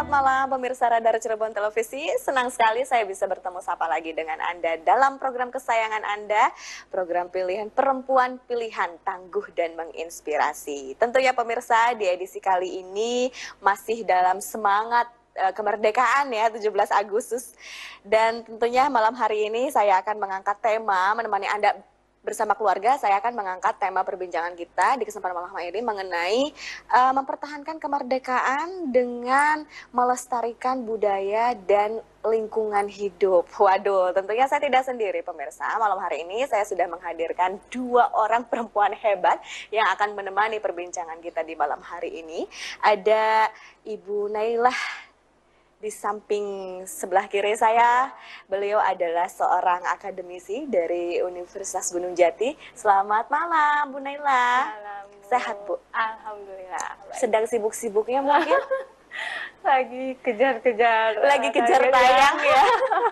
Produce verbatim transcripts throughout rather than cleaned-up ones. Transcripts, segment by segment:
Selamat malam pemirsa Radar Cirebon Televisi. Senang sekali saya bisa bertemu sapa lagi dengan Anda dalam program kesayangan Anda, program pilihan perempuan pilihan tangguh dan menginspirasi. Tentunya pemirsa, di edisi kali ini masih dalam semangat uh, kemerdekaan ya, tujuh belas Agustus. Dan tentunya malam hari ini saya akan mengangkat tema menemani Anda bersama keluarga. Saya akan mengangkat tema perbincangan kita di kesempatan malam ini mengenai uh, mempertahankan kemerdekaan dengan melestarikan budaya dan lingkungan hidup. Waduh, tentunya saya tidak sendiri pemirsa. Malam hari ini saya sudah menghadirkan dua orang perempuan hebat yang akan menemani perbincangan kita di malam hari ini. Ada Ibu Nailah di samping sebelah kiri saya. Beliau adalah seorang akademisi dari Universitas Gunung Jati. Selamat malam Bu Naila. Malam, Bu. Sehat Bu? Alhamdulillah. Sedang sibuk-sibuknya mungkin? Lagi kejar-kejar. Lagi kejar tayang ya.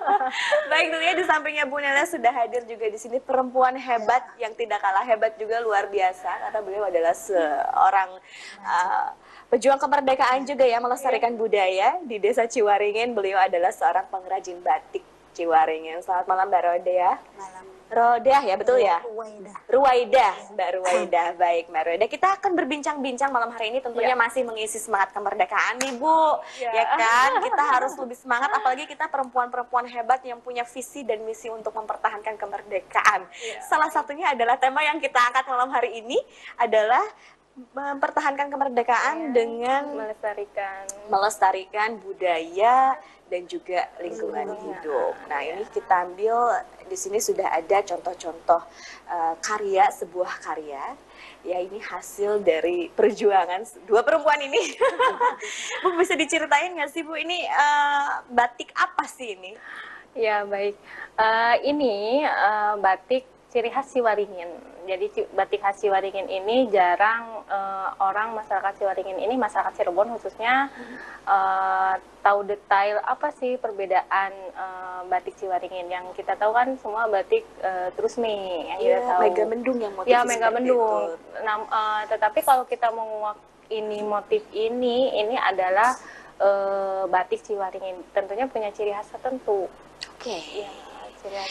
Baik, tentunya di sampingnya Bu Naila sudah hadir juga di sini perempuan hebat yang tidak kalah hebat juga, luar biasa, karena beliau adalah seorang uh, pejuang kemerdekaan juga ya, melestarikan budaya di Desa Ciwaringin. Beliau adalah seorang pengrajin batik Ciwaringin. Selamat malam Mbak Rodia. Malam. Rodah ya, betul ya? Ruwaidah. Ruwaidah, Mbak Ruwaidah. Baik Mbak Ruwaidah, kita akan berbincang-bincang malam hari ini tentunya Ya. masih mengisi semangat kemerdekaan nih Bu. Ya. Ya kan? Kita harus lebih semangat, apalagi kita perempuan-perempuan hebat yang punya visi dan misi untuk mempertahankan kemerdekaan. Ya. Salah satunya adalah tema yang kita angkat malam hari ini adalah mempertahankan kemerdekaan Ya. dengan melestarikan melestarikan budaya dan juga lingkungan Lingkungan. hidup. Nah, Ya. ini kita ambil di sini sudah ada contoh-contoh uh, karya, sebuah karya. Ya, ini hasil dari perjuangan dua perempuan ini. Bu, bisa diceritain nggak sih Bu, ini uh, batik apa sih ini? ya baik. Eh, ini eh, batik ciri khas Ciwaringin. Jadi ci- batik khas Ciwaringin ini jarang eh, orang masyarakat Ciwaringin ini, masyarakat Cirebon khususnya eh, tahu detail apa sih perbedaan eh, batik Ciwaringin. Yang kita tahu kan semua batik eh, Trusmi yang kita tahu. Megamendung yang motifnya Ya, seperti Megamendung. itu. Nah, eh, tetapi kalau kita menguak ini motif ini, ini adalah eh, batik Ciwaringin. Tentunya punya ciri khas tertentu. Oke. Ya, ciri khas.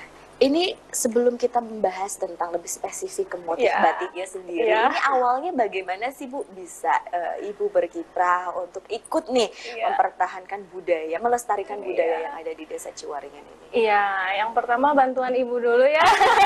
Ini sebelum kita membahas tentang lebih spesifik ke motif Ya. batiknya sendiri, Ya. ini awalnya bagaimana sih Bu bisa eh, Ibu berkiprah untuk ikut nih Ya. mempertahankan budaya, melestarikan Ya. budaya yang ada di Desa Ciwaringin ini? Iya, yang pertama bantuan ibu dulu ya.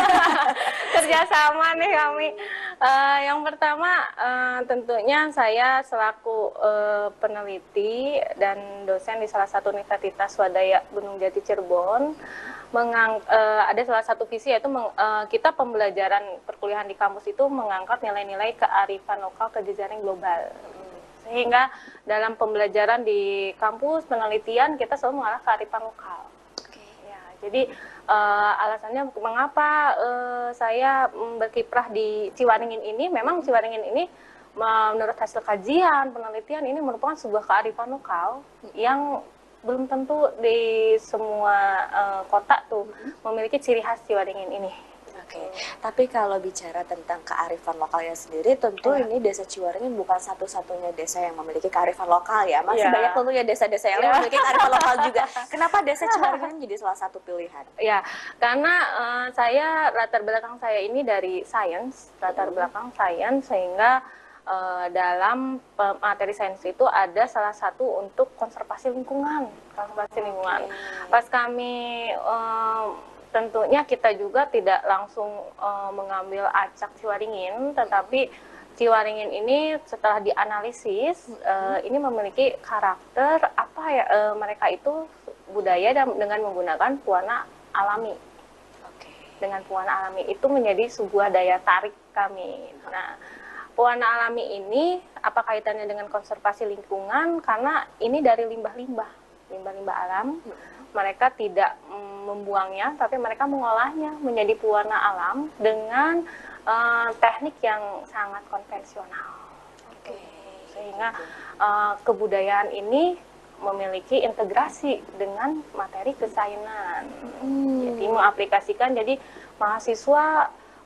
Kerjasama nih kami. Eh, yang pertama eh, tentunya saya selaku eh, peneliti dan dosen di salah satu Universitas Swadaya Gunung Jati Cirebon, mengang eh, ada salah satu visi yaitu meng, eh, kita pembelajaran perkuliahan di kampus itu mengangkat nilai-nilai kearifan lokal ke jejaring global. Sehingga dalam pembelajaran di kampus penelitian kita selalu mengarah kearifan lokal. Ya, jadi uh, alasannya mengapa uh, saya mm, berkiprah di Ciwaringin ini, memang Ciwaringin ini menurut hasil kajian penelitian ini merupakan sebuah kearifan lokal yang belum tentu di semua uh, kota tuh memiliki ciri khas Ciwaringin ini. Oke, tapi kalau bicara tentang kearifan lokalnya sendiri, tentu Ya. ini Desa Ciwaringin bukan satu-satunya desa yang memiliki kearifan lokal ya. Masih Ya. banyak tentunya desa-desa yang lain Ya. memiliki kearifan lokal juga. Kenapa Desa Ciwaringin menjadi salah satu pilihan? Ya, karena uh, saya latar belakang saya ini dari sains, latar belakang sains, sehingga uh, dalam pe- materi sains itu ada salah satu untuk konservasi lingkungan, konservasi lingkungan. Pas kami uh, tentunya kita juga tidak langsung uh, mengambil acak Ciwaringin, tetapi Ciwaringin ini setelah dianalisis uh, ini memiliki karakter apa ya, uh, mereka itu budaya dan dengan menggunakan pewarna alami. Oke. Dengan pewarna alami itu menjadi sebuah daya tarik kami. Nah, pewarna alami ini apa kaitannya dengan konservasi lingkungan? Karena ini dari limbah-limbah, limbah-limbah alam. Mereka tidak mm, membuangnya, tapi mereka mengolahnya menjadi pewarna alam dengan uh, teknik yang sangat konvensional. Oke. Sehingga uh, kebudayaan ini memiliki integrasi dengan materi kesainan. Hmm. Jadi mengaplikasikan, jadi mahasiswa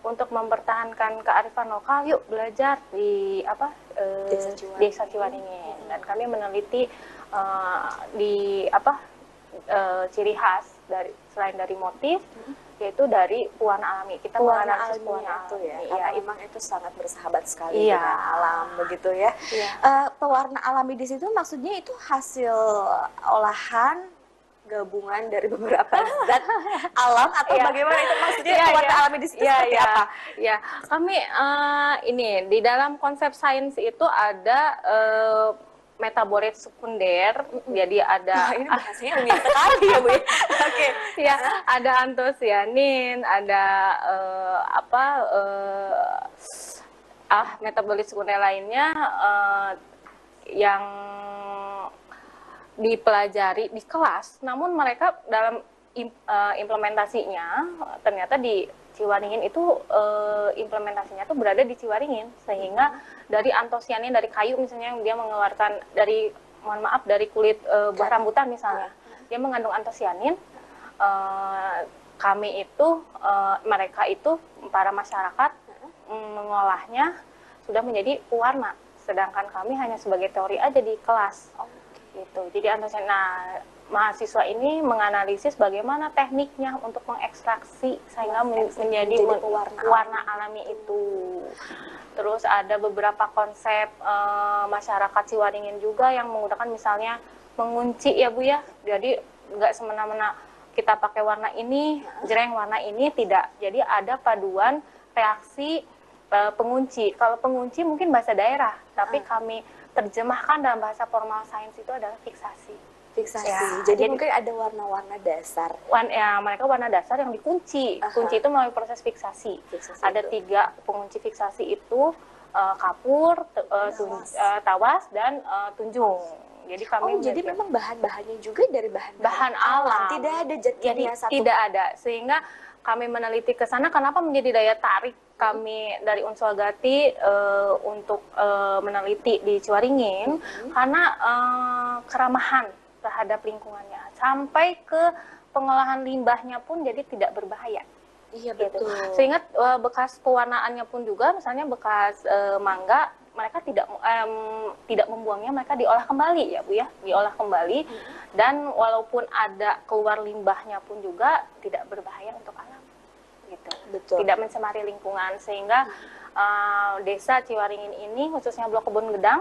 untuk mempertahankan kearifan lokal, yuk belajar di apa eh, Desa Ciwaringin. Desa Ciwaringin. Dan kami meneliti eh, di apa eh, ciri khas dari selain dari motif, yaitu dari pewarna alami. Kita Pewarna menganalisis alami pewarna itu ya, alami. karena Iya. emang itu sangat bersahabat sekali Iya. dengan alam begitu ya. Iya. Eh, pewarna alami di situ maksudnya itu hasil olahan gabungan dari beberapa zat alam atau Iya. bagaimana itu maksudnya Iya, pewarna iya. alami di situ Iya, seperti iya. apa? Ya, kami eh, ini di dalam konsep sains itu ada eh, metabolit sekunder, jadi ada Nah, ini bahasanya rumit sekali ya Bu ya. Oke. ya ada antosianin, ada eh, apa eh, ah metabolit sekunder lainnya eh, yang dipelajari di kelas, namun mereka dalam im, eh, implementasinya ternyata di Ciwaringin itu eh, implementasinya tuh berada di Ciwaringin, sehingga dari antosianin dari kayu misalnya yang dia mengeluarkan dari mohon maaf dari kulit eh, buah rambutan misalnya, dia mengandung antosianin. Eh, kami itu eh, mereka itu para masyarakat mm, mengolahnya sudah menjadi pewarna, sedangkan kami hanya sebagai teori aja di kelas. Gitu. Jadi antosianin. Nah, mahasiswa ini menganalisis bagaimana tekniknya untuk mengekstraksi sehingga men menjadi, menjadi men pewarna, pewarna alami itu. Terus ada beberapa konsep uh, masyarakat Ciwaringin juga yang menggunakan misalnya mengunci ya Bu ya. Jadi nggak semena-mena kita pakai warna ini, jreng warna ini, tidak. Jadi ada paduan reaksi uh, pengunci. Kalau pengunci mungkin bahasa daerah, tapi Hmm. kami terjemahkan dalam bahasa formal sains itu adalah fiksasi. Fiksasi. Ya, jadi, jadi- mungkin ada warna-warna dasar. Wan, ya, mereka warna dasar yang dikunci. Aha. Kunci itu melalui proses fiksasi. Fiksasi Ada itu. tiga pengunci fiksasi itu, uh, kapur, te- uh, tun- Tawas. uh, tawas, dan uh, tunjung. Jadi kami Oh, jadi meneliti- memang bahan-bahannya juga dari bahan bahan alam. Tidak ada zat Jadi kimia satu. tidak ada, sehingga kami meneliti ke sana. Kenapa menjadi daya tarik kami dari Unsur Gati eh, untuk eh, meneliti di Ciwaringin? Karena eh, keramahan terhadap lingkungannya, sampai ke pengolahan limbahnya pun jadi tidak berbahaya. Iya Gitu. betul. Sehingga eh, bekas pewarnaannya pun juga, misalnya bekas eh, mangga, mereka tidak em, tidak membuangnya, mereka diolah kembali ya Bu ya, diolah kembali. Dan walaupun ada keluar limbahnya pun juga tidak berbahaya untuk alam, gitu. Betul. Tidak mencemari lingkungan, sehingga eh, desa Ciwaringin ini khususnya Blok Kebun Gedang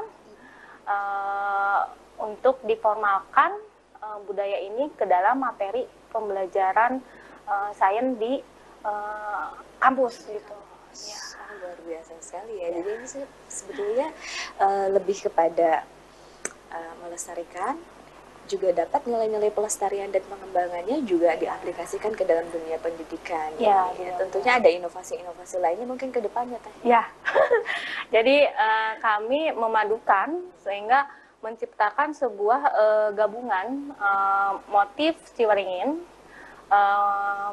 eh, untuk diformalkan eh, budaya ini ke dalam materi pembelajaran eh, sains di eh, kampus gitu. Ya. Ah, luar biasa sekali ya. Jadi ini se- sebetulnya eh, lebih kepada eh, melestarikan, juga dapat nilai-nilai pelestarian dan pengembangannya juga diaplikasikan ke dalam dunia pendidikan. Ya, Ya, benar. tentunya ada inovasi-inovasi lainnya mungkin ke depannya Teh. Ya, jadi eh, kami memadukan sehingga menciptakan sebuah eh, gabungan eh, motif Ciwaringin eh,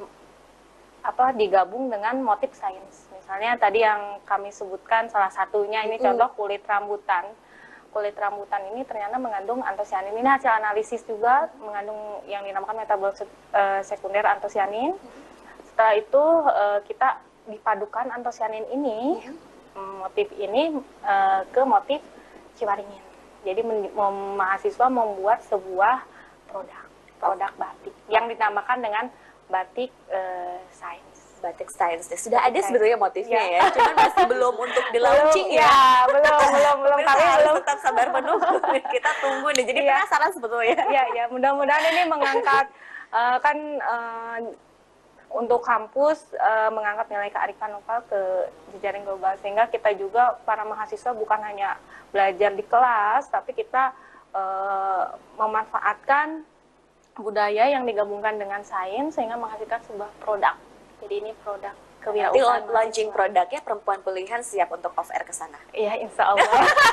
apa digabung dengan motif sains. Misalnya tadi yang kami sebutkan salah satunya ini Mm-mm. contoh kulit rambutan. Kulit rambutan ini ternyata mengandung antosianin. Ini hasil analisis juga mengandung yang dinamakan metabolit eh, sekunder antosianin. Setelah itu eh, kita dipadukan antosianin ini, motif ini eh, ke motif Ciwaringin. Jadi men- mem- mahasiswa membuat sebuah produk, produk batik yang dinamakan dengan batik eh, sains. Batik sains. Sudah ada Batik sebetulnya motifnya Ya. ya, cuman masih belum untuk di launching Belum, ya. belum, belum, belum. Pemirsa Kami harus belum. tetap sabar menunggu. Kita tunggu nih. Jadi Iya. penasaran sebetulnya. Ya, ya, mudah-mudahan ini mengangkat eh, kan eh, untuk kampus eh, mengangkat nilai kearifan lokal ke jejaring global, sehingga kita juga para mahasiswa bukan hanya belajar di kelas, tapi kita eh, memanfaatkan budaya yang digabungkan dengan sains sehingga menghasilkan sebuah produk. Jadi ini produk Nanti kewirausahaan launching mahasiswa. produknya Perempuan Pilihan siap untuk off air ke sana. Iya, insya Allah.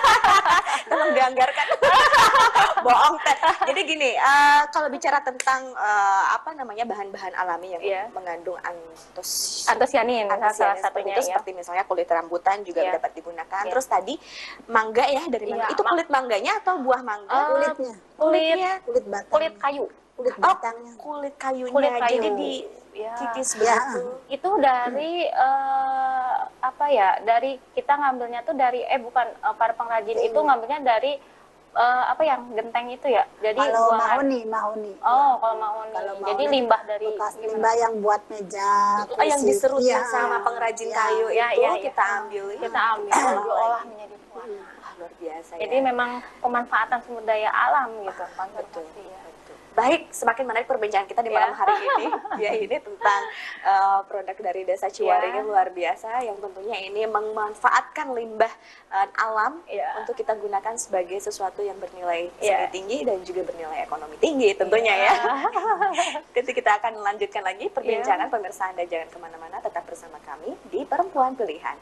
Tolong dianggarkan. Bohong Teh. Jadi gini, eh, kalau bicara tentang eh, apa namanya bahan-bahan alami yang Iya. mengandung antos Antosianin antosianin salah seperti satunya itu, ya. seperti misalnya kulit rambutan juga Iya. dapat digunakan. Iya. Terus tadi mangga ya dari mangga. Iya, Itu ma- kulit mangganya atau buah mangga? Eh, Kulitnya, kulit Kulitnya. kulit batang. kulit kayu. kulit Oh, batangnya. kulit kayunya, Kulit kayu. jadi Ya. dikikis Ya. begitu. Itu dari eh, apa ya? Dari kita ngambilnya tuh dari eh bukan eh, para pengrajin itu ngambilnya dari eh, apa yang genteng itu ya. Jadi Kalau buangan. mahoni, mahoni. Oh, kalau mahoni. Kalau Jadi mahoni limbah dari bekas gimana? limbah yang buat meja, Oh, yang kursi. diserutin Iya. sama pengrajin Iya. kayu Ya, itu ya, ya. kita ambil, Kita ambil olah diolah lagi. menjadi pewarna. Wah, luar biasa Jadi ya. memang pemanfaatan sumber daya alam gitu, konservasi ya. Baik, semakin menarik perbincangan kita di malam Ya. hari ini. Ya, ini tentang uh, produk dari Desa Ciwaringin Ya. luar biasa yang tentunya ini memanfaatkan limbah uh, alam Ya. untuk kita gunakan sebagai sesuatu yang bernilai Ya. seni tinggi dan juga bernilai ekonomi tinggi tentunya ya. Ya. Nanti kita akan melanjutkan lagi perbincangan. Pemirsa, Anda jangan kemana-mana, tetap bersama kami di Perempuan Pilihan.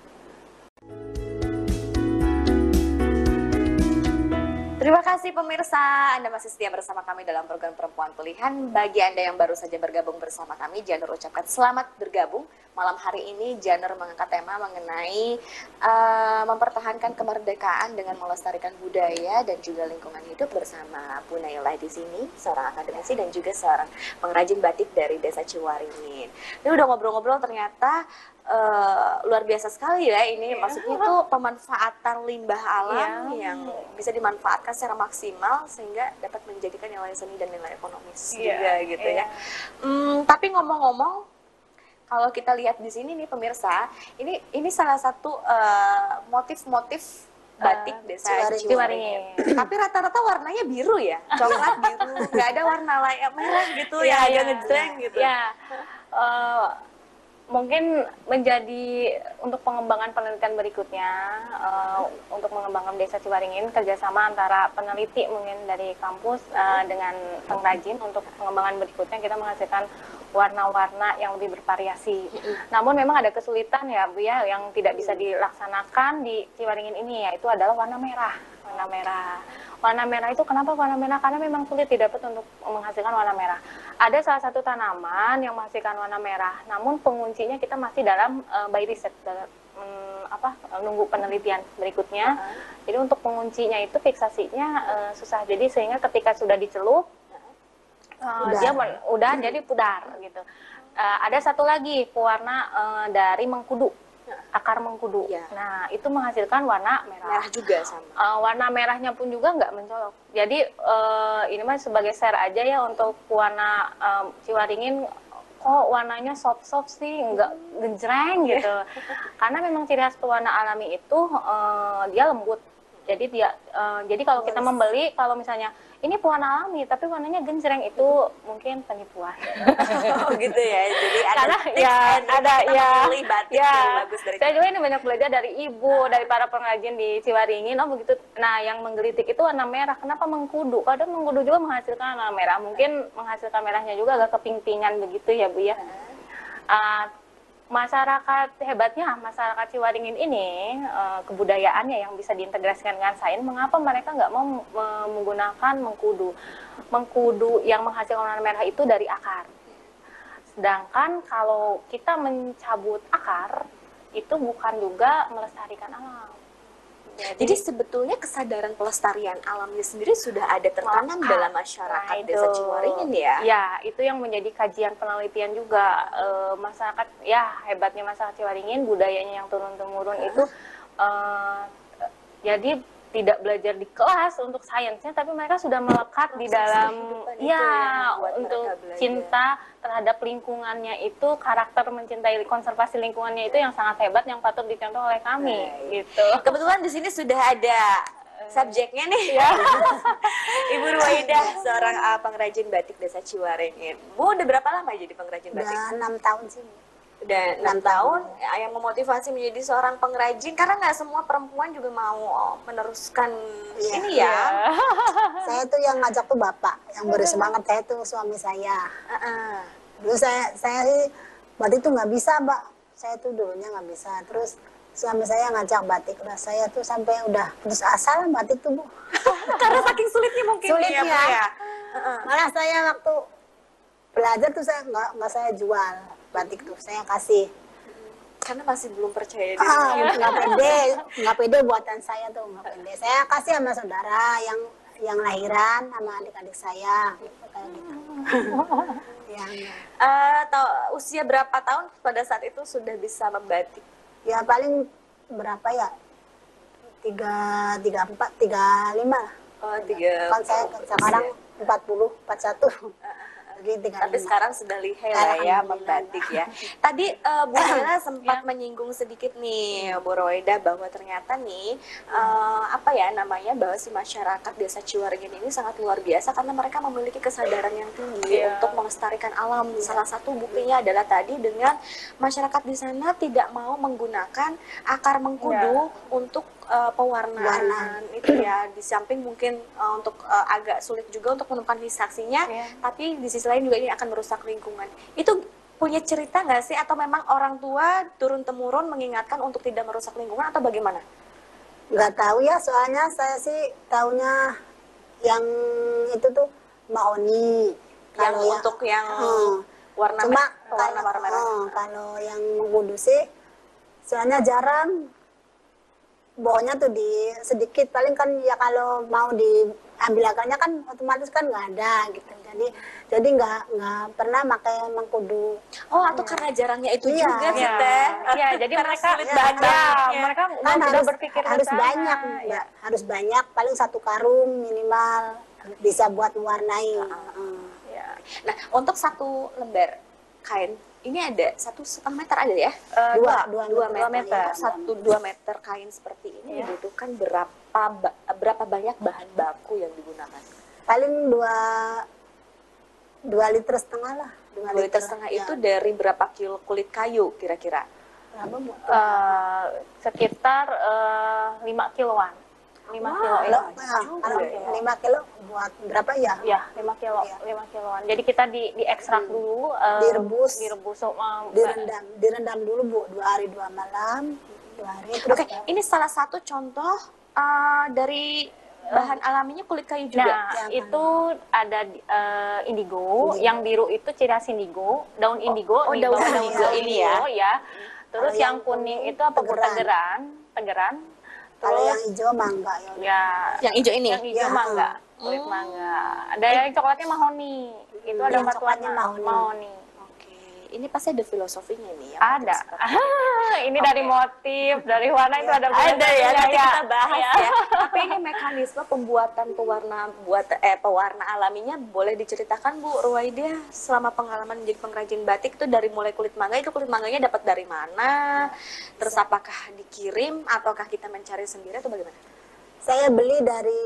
Terima kasih pemirsa, Anda masih setia bersama kami dalam program Perempuan Pilihan. Bagi Anda yang baru saja bergabung bersama kami, Janur ucapkan selamat bergabung. Malam hari ini Janur mengangkat tema mengenai uh, mempertahankan kemerdekaan dengan melestarikan budaya dan juga lingkungan hidup bersama Bu Naila di sini, seorang akademisi dan juga seorang pengrajin batik dari Desa Ciwaringin. Ini udah ngobrol-ngobrol ternyata Uh, luar biasa sekali ya ini, yeah. Maksudnya itu pemanfaatan limbah alam yeah. yang bisa dimanfaatkan secara maksimal sehingga dapat menjadikan nilai seni dan nilai ekonomis yeah. juga gitu yeah. ya. Hmm, tapi ngomong-ngomong, kalau kita lihat di sini nih pemirsa, ini ini salah satu uh, motif-motif batik uh, Desa Ciwaringin. Tapi rata-rata warnanya biru ya, coklat biru, nggak ada warna lain merah gitu yeah, ya, agak yeah. ngejreng gitu. Yeah. Uh, mungkin menjadi untuk pengembangan penelitian berikutnya, uh, untuk mengembangkan Desa Ciwaringin, kerjasama antara peneliti mungkin dari kampus uh, dengan pengrajin untuk pengembangan berikutnya kita menghasilkan warna-warna yang lebih bervariasi. Namun memang ada kesulitan ya Bu ya, yang tidak bisa dilaksanakan di Ciwaringin ini, yaitu adalah warna merah. Warna merah. Warna merah itu kenapa warna merah? Karena memang sulit didapat untuk menghasilkan warna merah. Ada salah satu tanaman yang menghasilkan warna merah, namun penguncinya kita masih dalam uh, by riset, dalam um, apa nunggu penelitian berikutnya. Uh-huh. Jadi untuk penguncinya itu fiksasinya uh, susah. Jadi sehingga ketika sudah dicelup, uh, dia udah hmm. jadi pudar gitu. Uh, ada satu lagi pewarna uh, dari mengkudu. Akar mengkudu. Ya. Nah, itu menghasilkan warna merah. Merah juga sama. Uh, warna merahnya pun juga nggak mencolok. Jadi uh, ini mah sebagai share aja ya untuk warna um, Ciwaringin, kok warnanya soft-soft sih, nggak genjreng gitu. Karena memang ciri khas pewarna alami itu uh, dia lembut. Jadi dia, uh, jadi kalau kita membeli, kalau misalnya ini pewarna alami, tapi warnanya genjreng, itu mungkin penipuan. Oh gitu ya. Jadi ada karena tips ya ada ya, batik ya. yang bagus dari saya juga ini banyak belajar dari ibu, dari para pengrajin di Ciwaringin. Oh begitu. Nah yang menggelitik itu warna merah. Kenapa mengkudu? Kadang mengkudu juga menghasilkan warna merah. Mungkin menghasilkan merahnya juga agak keping-pingan begitu ya Bu ya. Uh, Masyarakat, hebatnya masyarakat Ciwaringin ini, uh, kebudayaannya yang bisa diintegrasikan dengan sains, mengapa mereka nggak mau menggunakan mengkudu? Mengkudu yang menghasilkan warna merah itu dari akar. Sedangkan kalau kita mencabut akar, itu bukan juga melestarikan alam. Jadi, Jadi sebetulnya kesadaran pelestarian alamnya sendiri sudah ada tertanam maka, dalam masyarakat nah Desa Ciwaringin ya? Ya, itu yang menjadi kajian penelitian juga. E, masyarakat, ya hebatnya masyarakat Ciwaringin, budayanya yang turun-temurun uh. itu, e, jadi tidak belajar di kelas untuk sainsnya, tapi mereka sudah melekat di dalam, ya, untuk cinta terhadap lingkungannya itu, karakter mencintai konservasi lingkungannya itu yang sangat hebat, yang patut dicontoh oleh kami, Baik. gitu. Kebetulan di sini sudah ada subjeknya nih, ya. Ibu Ruwaidah, seorang uh, pengrajin batik Desa Ciwaringin. Bu, udah berapa lama jadi pengrajin batik? Udah enam tahun sih. Udah enam tahun, ya, yang memotivasi menjadi seorang pengrajin, karena nggak semua perempuan juga mau meneruskan ya, ini ya. ya. Saya tuh yang ngajak tuh bapak, yang beri semangat saya tuh suami saya. Uh-uh. Dulu saya saya sih batik tuh nggak bisa, Mbak. Saya tuh dulunya nggak bisa. Terus suami saya ngajak batik, udah saya tuh sampai udah putus asa lah batik tuh Bu. Karena saking sulitnya mungkin Sulitnya. ya, Bu ya. Uh-uh. Malah saya waktu belajar tuh saya nggak nggak saya jual batik tuh, saya kasih. Karena masih belum percaya diri. Ah, nggak pede, nggak pede buatan saya tuh, nggak pede. Saya kasih sama saudara yang yang lahiran sama adik-adik saya gitu, kayak gitu. Yang Eh, tau- usia berapa tahun pada saat itu sudah bisa membatik? ya paling berapa ya? Tiga, tiga empat, tiga lima. Oh, tiga. Kan saya sekarang empat puluh, empat satu. Jadi tiga Tapi lima. sekarang sudah lihai lah ya Alhamdulillah. membatik ya. Tadi eh, Bu Nela sempat menyinggung sedikit nih Bu Roida bahwa ternyata nih eh, apa ya namanya bahwa si masyarakat Desa Ciwaringin ini sangat luar biasa karena mereka memiliki kesadaran yang tinggi Iya. untuk melestarikan alam. Salah satu buktinya adalah tadi dengan masyarakat di sana tidak mau menggunakan akar mengkudu untuk eh, pewarnaan itu ya. Di samping mungkin eh, untuk eh, agak sulit juga untuk menemukan saksinya, Iya. tapi di sisi lain juga ini akan merusak lingkungan. Itu punya cerita nggak sih atau memang orang tua turun temurun mengingatkan untuk tidak merusak lingkungan atau bagaimana? Nggak tahu ya, soalnya saya sih taunya yang itu tuh mahoni. Yang Kalau untuk yang Hmm. warna Cuma me- warna warna merah. oh, kalau yang mengkudu sih soalnya jarang. Bohongnya tuh di sedikit, paling kan ya kalau mau diambil akarnya kan otomatis kan nggak ada gitu. Jadi jadi nggak nggak pernah pakai mengkudu. Oh, atau karena jarangnya itu Iya. juga sih Iya. Teh. Iya, jadi Karena mereka sulit ya, bahan ya, bakunya. mereka Kan udah harus berpikir ke harus sana. banyak, Mbak. Harus banyak, paling satu karung minimal bisa buat mewarnai. Heeh. Ya. Nah, untuk satu lembar kain ini ada satu setengah meter ada ya? Eh, Dua, dua, dua Dua meter. meter. ya. Untuk satu dua meter kain seperti ini Iya. dibutuhkan berapa ba- berapa banyak bahan baku yang digunakan? Paling dua dua liter setengah lah. Dua Dua liter setengah ya. itu dari berapa kilo kulit kayu kira-kira? Berapa, Bu? eh, sekitar eh, lima kiloan. lima Wah, kilo Kalau ya. nah, juga kalau ya. lima kilo buat berapa ya? Ya, lima kilo, Iya. lima kiloan. Jadi kita di diekstrak dulu, eh, Direbus. direbus sama Direndam, direndam dulu, Bu, dua hari dua malam, dua hari terus. Oke, ini salah satu contoh uh, dari bahan alaminya kulit kayu juga. Nah, Jangan. itu ada eh, indigo, Indigo. yang biru itu ciri khas indigo, daun indigo, oh, di daun bawah indigo ini ya. ya. Terus Kalau yang yang kuning kuning, itu apa? Bu? tegeran. Tegeran, tegeran. Kalau Terus yang hijau mangga ya. ya, Yang hijau ini. yang hijau Ya. mangga, kulit Hmm. mangga. Ada yang coklatnya mahoni. Itu ada Yang empat coklatnya warna mahoni. mahoni. Oke, ini pasti ada filosofinya nih ya. Ada. Ini dari motif, dari warna itu ada Ada ya, filosofinya, nanti ya. kita bahas Ya. ya. Tapi ini mekanisme pembuatan pewarna buat eh pewarna alaminya boleh diceritakan Bu Ruwaidah selama pengalaman menjadi pengrajin batik itu dari mulai kulit mangga itu kulit mangganya dapat dari mana? Terus apakah dikirim ataukah kita mencari sendiri atau bagaimana? Saya beli dari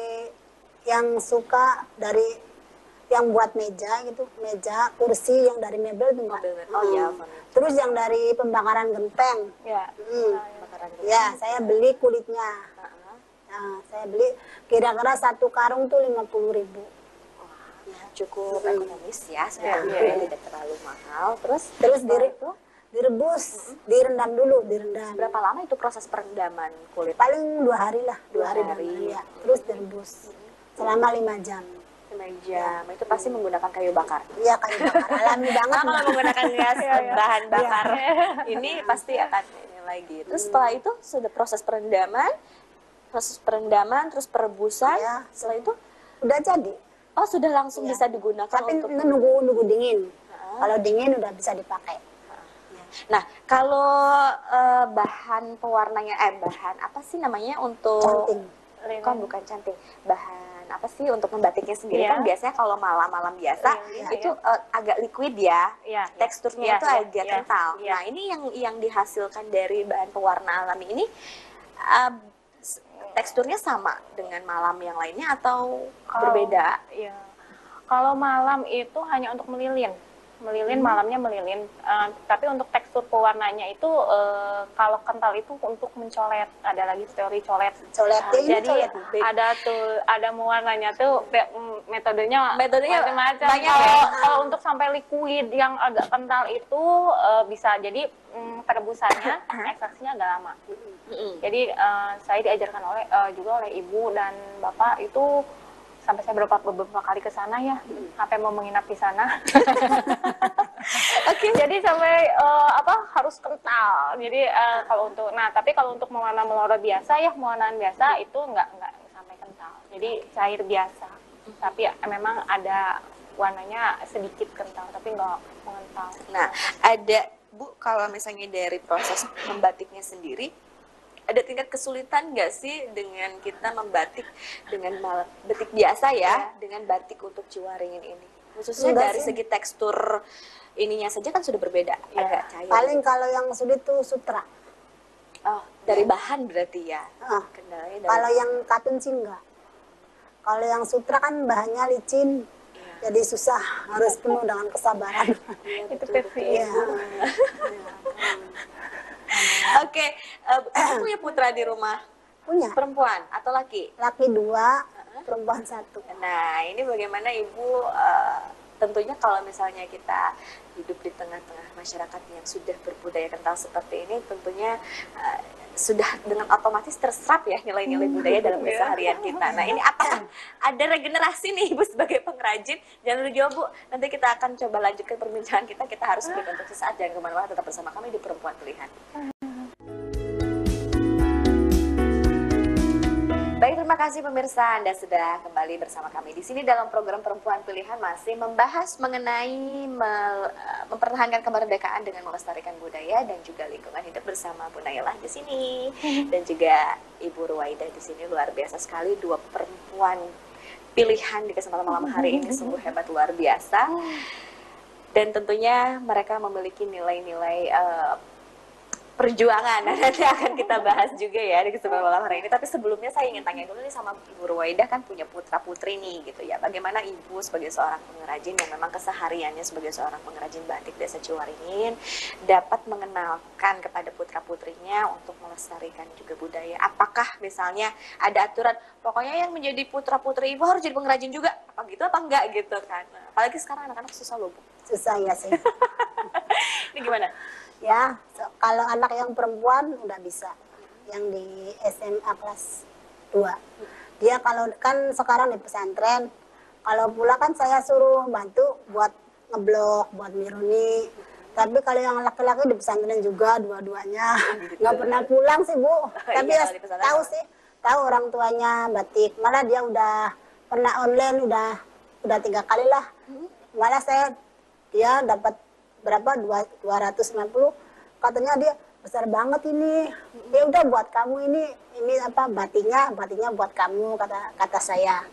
yang suka dari yang buat meja gitu, meja, kursi yang dari mebel tuh Mbak. Mebel. Oh, iya, Hmm. furniture. Terus yang dari pembakaran genteng. Ya. Hmm. Bakaran Ya, saya beli kulitnya. Heeh. Nah, saya beli kira-kira satu karung tuh lima puluh ribu. Wah, cukup ekonomis ya Ya, sebenarnya ya, ya. tidak terlalu mahal. Terus Terus setelah dire- itu direbus, direndam dulu, direndam. berapa lama itu proses perendaman kulit? Paling dua hari lah, dua, Dua hari, dua hari. malam ya. Terus direbus selama lima jam. lima jam. Itu pasti menggunakan kayu bakar. Iya, kayu bakar alami banget. Nah, kalau Mbak. menggunakan gas Iya, iya. bahan bakar ini pasti akan ini lagi. Terus setelah itu sudah proses perendaman, proses perendaman, terus perebusan. Iya. Setelah itu, Udah jadi. oh sudah langsung Iya. bisa digunakan Tapi untuk. nunggu nunggu dingin. Ah. Kalau dingin udah bisa dipakai. Nah, kalau eh, bahan pewarnanya, eh bahan apa sih namanya untuk? Canting. Kan bukan cantik, bahan apa sih untuk membatiknya sendiri Iya. kan biasanya kalau malam-malam biasa Iya, itu eh, agak liquid ya. Iya, iya. Teksturnya Iya, itu iya, agak iya, kental. iya. Nah, ini yang yang dihasilkan dari bahan pewarna alami ini eh, s- teksturnya sama dengan malam yang lainnya atau Kalau- berbeda? Iya. Kalau malam itu hanya untuk melilin. Melilin, Hmm. malamnya melilin. Eh, tapi untuk tekstur pewarnanya itu eh, kalau kental itu untuk mencolet. Ada lagi teori colet. Colet. Ah, Ya, ini Jadi colet. ada tuh ada mewarnanya tuh pe- mm, metodenya Metodenya macam-macam. banyak Kalau ya? kalau untuk sampai liquid yang agak kental itu eh, bisa jadi mm, perebusannya ekstraksinya agak lama. Mm-mm. Jadi eh, saya diajarkan oleh eh, juga oleh ibu dan bapak itu sampai saya beberapa beberapa kali ke sana ya, sampai mau menginap di sana. Oke. Jadi sampai eh, apa harus kental. Jadi eh, kalau untuk nah tapi kalau untuk mewarna melorot biasa ya mewarnaan biasa itu nggak nggak sampai kental. jadi cair biasa. Tapi ya, memang ada warnanya sedikit kental, tapi nggak mengental. Nah, ada Bu, kalau misalnya dari proses membatiknya sendiri, ada tingkat kesulitan nggak sih dengan kita membatik dengan batik biasa ya, ya, dengan batik untuk Ciwaringin ini? Khususnya Enggak dari sih. segi tekstur ininya saja kan sudah berbeda, ya. Agak cair. Paling kalau yang sulit tuh sutra. Oh, dari ya. Bahan berarti ya? Oh. Dari... Kalau yang katun sih enggak. Kalau yang sutra kan bahannya licin, ya. Jadi susah, harus penuh dengan kesabaran. Ya, itu betul. Ya. Oke, uh, Ibu punya putra di rumah? Punya. Perempuan atau laki? Laki dua, uh-huh. perempuan satu. Nah, ini bagaimana Ibu, uh, tentunya kalau misalnya kita hidup di tengah-tengah masyarakat yang sudah berbudaya kental seperti ini, tentunya uh, sudah dengan otomatis terserap ya nilai-nilai budaya dalam keseharian kita. Nah, ini apakah ada regenerasi nih Ibu sebagai pengrajin? Jangan dulu jawab Bu, nanti kita akan coba lanjutkan perbincangan kita. Kita harus break untuk sesaat, jangan kemana-mana, tetap bersama kami di Perempuan Pilihan. Baik, terima kasih pemirsa, Anda sudah kembali bersama kami di sini dalam program Perempuan Pilihan, masih membahas mengenai me, mempertahankan kemerdekaan dengan melestarikan budaya dan juga lingkungan hidup bersama Bu Nailah di sini dan juga Ibu Ruwaidah di sini. Luar biasa sekali, dua perempuan pilihan di kesempatan malam hari ini sungguh hebat, luar biasa. Dan tentunya mereka memiliki nilai-nilai uh, perjuangan, nanti akan kita bahas juga ya di kesempatan malam hari ini. Tapi sebelumnya saya ingin tanya dulu nih sama Ibu Ruwaidah, kan punya putra putri nih gitu ya. Bagaimana Ibu sebagai seorang pengrajin yang memang kesehariannya sebagai seorang pengrajin batik Desa Ciwaringin dapat mengenalkan kepada putra putrinya untuk melestarikan juga budaya? Apakah misalnya ada aturan pokoknya yang menjadi putra putri Ibu harus jadi pengrajin juga? Apa gitu apa enggak gitu kan? Apalagi sekarang anak-anak susah loh Bu. Susah ya sih. Ini gimana? Ya, so, kalau anak yang perempuan udah bisa, yang di S M A kelas dua. Dia kalau kan sekarang di pesantren, kalau pulang kan saya suruh bantu buat ngeblok, buat miruni. Tapi kalau yang laki-laki di pesantren juga dua-duanya, nggak pernah pulang sih Bu. Tapi ya, tahu sih, tahu orang tuanya batik. Malah dia udah pernah online, udah udah tiga kali lah. Malah saya dia dapat berapa dua ratus lima puluh, katanya dia besar banget ini, ya udah buat kamu ini ini apa batiknya batiknya buat kamu, kata kata saya.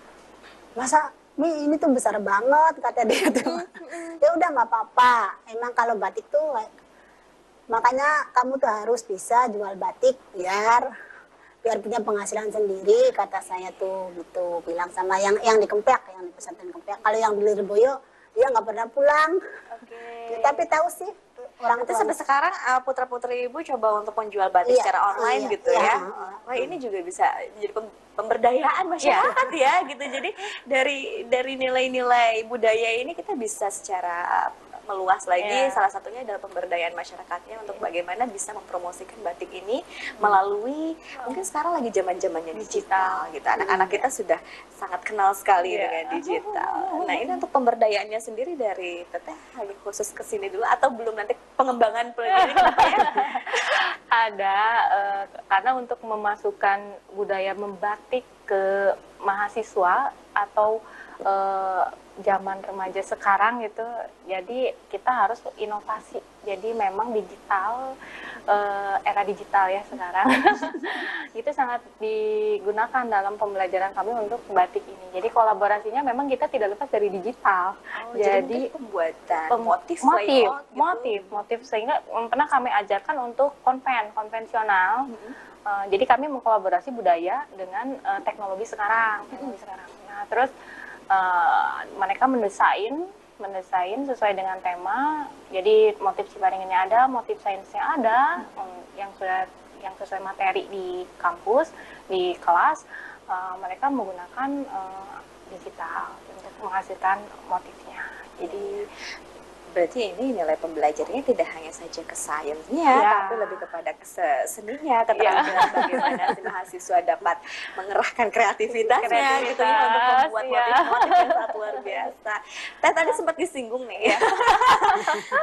Masa Mi ini tuh besar banget, kata dia tuh. Ya udah nggak apa-apa, emang kalau batik tuh makanya kamu tuh harus bisa jual batik biar biar punya penghasilan sendiri, kata saya tuh gitu, bilang sama yang yang di Kempek, yang di pesantren Kempek. Kalau yang di Lirboyo dia nggak pernah pulang. Okay. Tapi tahu sih orang itu sampai sekarang uh, putra putri Ibu coba untuk menjual batik iya, secara online iya, gitu iya, ya. Iya. Wah, ini juga bisa jadi pemberdayaan masyarakat iya. ya gitu. Jadi dari dari nilai-nilai budaya ini kita bisa secara meluas lagi, yeah. salah satunya adalah pemberdayaan masyarakatnya untuk bagaimana bisa mempromosikan batik ini melalui oh. mungkin sekarang lagi zaman-zamannya digital gitu. Anak-anak kita sudah sangat kenal sekali yeah. dengan digital. Nah, ini untuk pemberdayaannya sendiri dari Teteh lagi khusus ke sini dulu atau belum, nanti pengembangan pendidikan ya? Ada uh, karena untuk memasukkan budaya membatik ke mahasiswa atau uh, zaman remaja sekarang gitu, jadi kita harus inovasi. Jadi memang digital, uh, era digital ya sekarang, itu sangat digunakan dalam pembelajaran kami untuk batik ini. Jadi kolaborasinya memang kita tidak lepas dari digital. Oh, jadi, jadi pembuatan pem motif, motif, layout, gitu. motif, motif sehingga pernah kami ajarkan untuk konven, konvensional. Mm-hmm. uh, jadi kami mengkolaborasi budaya dengan uh, teknologi sekarang, teknologi mm-hmm. sekarang. Nah, terus Uh, mereka mendesain, mendesain sesuai dengan tema. Jadi motif Ciwaringinnya ada, motif sainsnya ada, um, yang sudah yang sesuai materi di kampus, di kelas. Uh, mereka menggunakan uh, digital untuk menghasilkan motifnya. Jadi berarti ini nilai pembelajarannya tidak hanya saja ke sainsnya, ya. tapi lebih kepada ke seninya, keterampilan ya. bagaimana si mahasiswa dapat mengerahkan kreativitasnya, kreativitas, gitu ya, untuk membuat ya. motif-motif yang sangat luar biasa. Teh tadi sempat disinggung nih ya.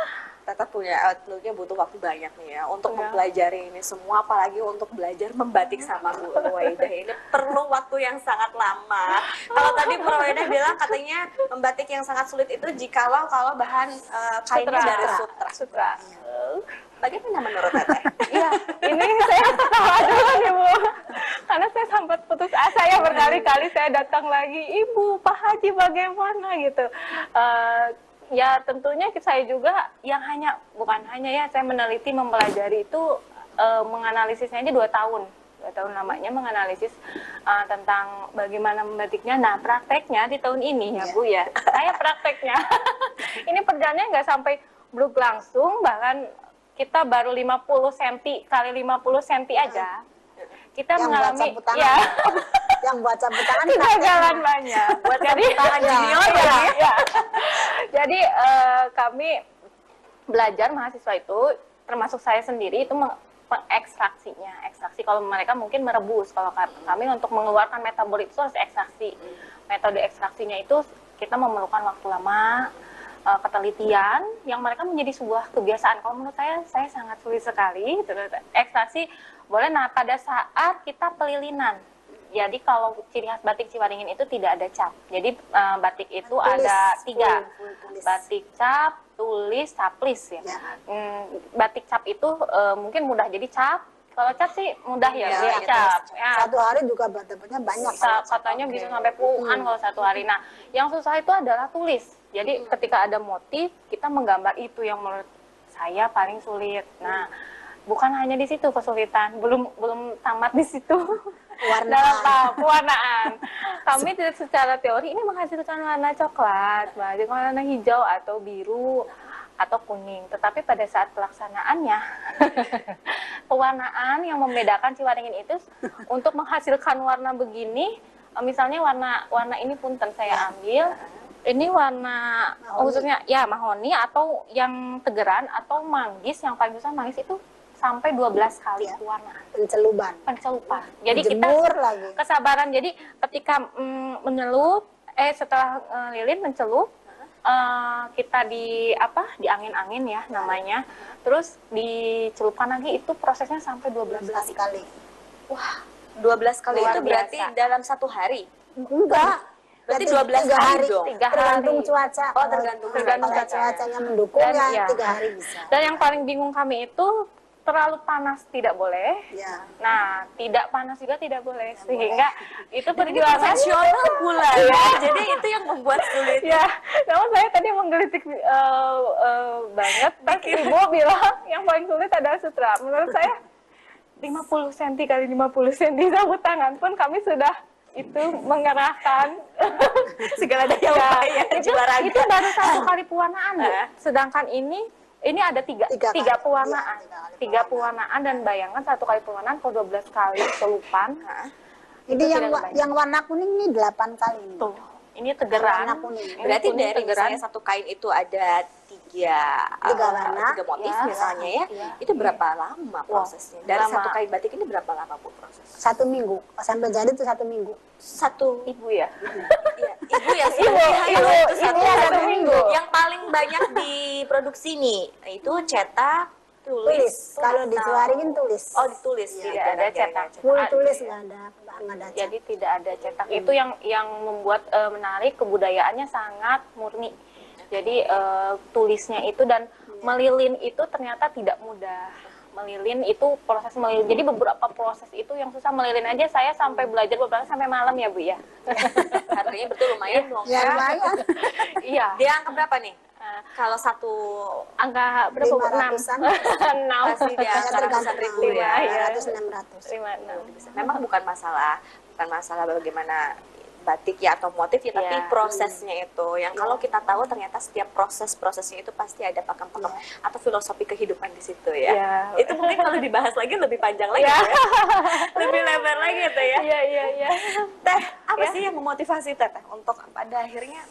Teteh punya tentunya butuh waktu banyak nih ya untuk Ya. mempelajari ini semua, apalagi untuk belajar membatik sama Bu Ruwaidah ini perlu waktu yang sangat lama. Kalau tadi Bu Ruwaidah bilang katanya membatik yang sangat sulit itu jikalau kalau bahan uh, kainnya Sutra. dari sutra. Sutra. Bagaimana menurut Teteh? Iya, ini saya ketawa dulu nih Bu, karena saya sempat putus asa ya berkali-kali saya datang lagi, Ibu, Pak Haji bagaimana gitu. Uh, ya tentunya saya juga yang hanya, bukan hanya ya, saya meneliti, mempelajari itu uh, menganalisisnya aja dua tahun. Dua tahun lamanya menganalisis uh, tentang bagaimana membatiknya. Nah prakteknya di tahun ini ya Bu ya, saya prakteknya, ini perjalanannya nggak sampai belum langsung, bahkan kita baru lima puluh sentimeter kali lima puluh sentimeter aja. Kita yang mengalami buat sapu tangan, ya yang buat sapu tangan kegagalan banyak. Buat Jadi tangan junior ya, ya. ya. Jadi eh, kami belajar mahasiswa itu, termasuk saya sendiri itu meng- mengekstraksinya. Ekstraksi kalau mereka mungkin merebus, kalau kami untuk mengeluarkan metabolit itu harus ekstraksi. Metode ekstraksinya itu kita memerlukan waktu lama, uh, ketelitian yang mereka menjadi sebuah kebiasaan. Kalau menurut saya, saya sangat sulit sekali. Ekstraksi boleh. Nah, pada saat kita pelilinan, jadi kalau ciri khas batik Ciwaringin itu tidak ada cap. Jadi uh, batik itu Tulis, ada tiga, full, full tulis. batik cap, tulis, caplis ya. Ya. Hmm, batik cap itu uh, mungkin mudah jadi cap. Kalau cap sih mudah ya, Ya, dia ya, cap. Ya. Satu hari juga dapatnya banyak. Sa- katanya bisa sampai puluhan Hmm. kalau satu hari. Nah, yang susah itu adalah tulis. Jadi ketika ada motif, kita menggambar itu yang menurut saya paling sulit. Nah, bukan hanya di situ kesulitan, belum belum tamat di situ. Warnaan. Dalam tahap pewarnaan. Kami tidak secara teori ini menghasilkan warna coklat, menghasilkan warna hijau atau biru atau kuning. Tetapi pada saat pelaksanaannya, pewarnaan yang membedakan Ciwaringin itu untuk menghasilkan warna begini, misalnya warna warna ini punten saya ambil, ini warna Mahoni. khususnya ya mahoni atau yang tegeran atau manggis, yang paling besar manggis itu sampai dua belas kali Ya. pewarnaan. Penceluban. Pencelupan. Jadi kita Dijemur lagi. kesabaran. Jadi ketika mm, menyelup, eh setelah uh, lilin mencelup, uh, kita di apa di angin-angin ya namanya. Terus dicelupkan lagi, itu prosesnya sampai dua belas dua belas kali. kali. Wah, dua belas kali Luar itu berarti biasa. dalam satu hari. Enggak. Berarti Berarti dua belas tiga hari hari dong. Tiga Tergantung hari. cuaca. Oh, tergantung tergantung Kalau cuaca. cuacanya mendukung Dan, ya, ya. tiga hari bisa. Dan yang paling bingung kami itu terlalu panas tidak boleh. Ya. Nah, tidak panas juga tidak boleh. Tidak Sehingga itu Ini perjuangan. profesional pula ya. Jadi itu yang membuat sulit. Ya, namun saya tadi menggelitik uh, uh, banget. Pas ibu bilang yang paling sulit adalah sutra. Menurut saya lima puluh sentimeter kali lima puluh sentimeter sapu tangan pun kami sudah itu mengerahkan Segala daya ya, upaya itu, jiwa raga. itu baru satu kali pewarnaan Bu. Ah. Sedangkan ini ini ada tiga Tiga tiga, kali. pewarnaan Iya, tiga kali tiga pewarnaan. pewarnaan dan bayangan satu kali pewarnaan kalau dua belas kali celupan. Hah? Ini Itu yang tidak wa- banyak. yang warna kuning ini delapan kali. Ini. Tuh, ini tegeran. Warna kuning. Ini Berarti kuning dari tegeran. misalnya satu kain itu ada tiga, Tiga uh, warna. tiga motif Ya. misalnya ya, Ya. itu berapa lama prosesnya? Dari lama. satu kain batik ini berapa lama Bu proses? Satu minggu. Sampai jadi itu satu minggu. Satu Ibu ya. Iya, ibu ya sih. Ibu, ibu, itu satu, ibu satu satu minggu. minggu. Yang paling banyak diproduksi nih itu cetak, tulis. Tulis. Kalau di atau- Ciwaringin tulis. Oh ditulis, Iya. Jadi Tidak ada jarang- jarang cetak. Full Ah, tulis iya. nggak ada, nggak ada. Jadi tidak ada cetak. Itu yang yang membuat eh, menarik, kebudayaannya sangat murni. Jadi eh, tulisnya itu dan melilin itu ternyata tidak mudah. Melilin itu proses melilin. Jadi beberapa proses itu yang susah. Melilin aja saya sampai belajar beberapa sampai malam ya Bu ya. Harganya betul lumayan dong. Ya lumayan. Iya. Dia angka berapa nih? Eh, Kalau satu angka berapa Bu? lima Enam. ratusan. Enam. pasti di angka ratusan ribu Lima, ya. iya. lima ratus enam ratus. Lima enam. Memang bukan masalah, bukan masalah bagaimana batik ya atau motif ya, tapi Iya. prosesnya itu yang kalau kita tahu ternyata setiap proses-prosesnya itu pasti ada pakem-pakem atau filosofi kehidupan di situ ya. Iya. Itu mungkin kalau dibahas lagi lebih panjang lagi Iya. ya. Lebih lebar lagi tuh ya. Iya iya iya. Teh, apa Ya. sih yang memotivasi Teteh untuk pada akhirnya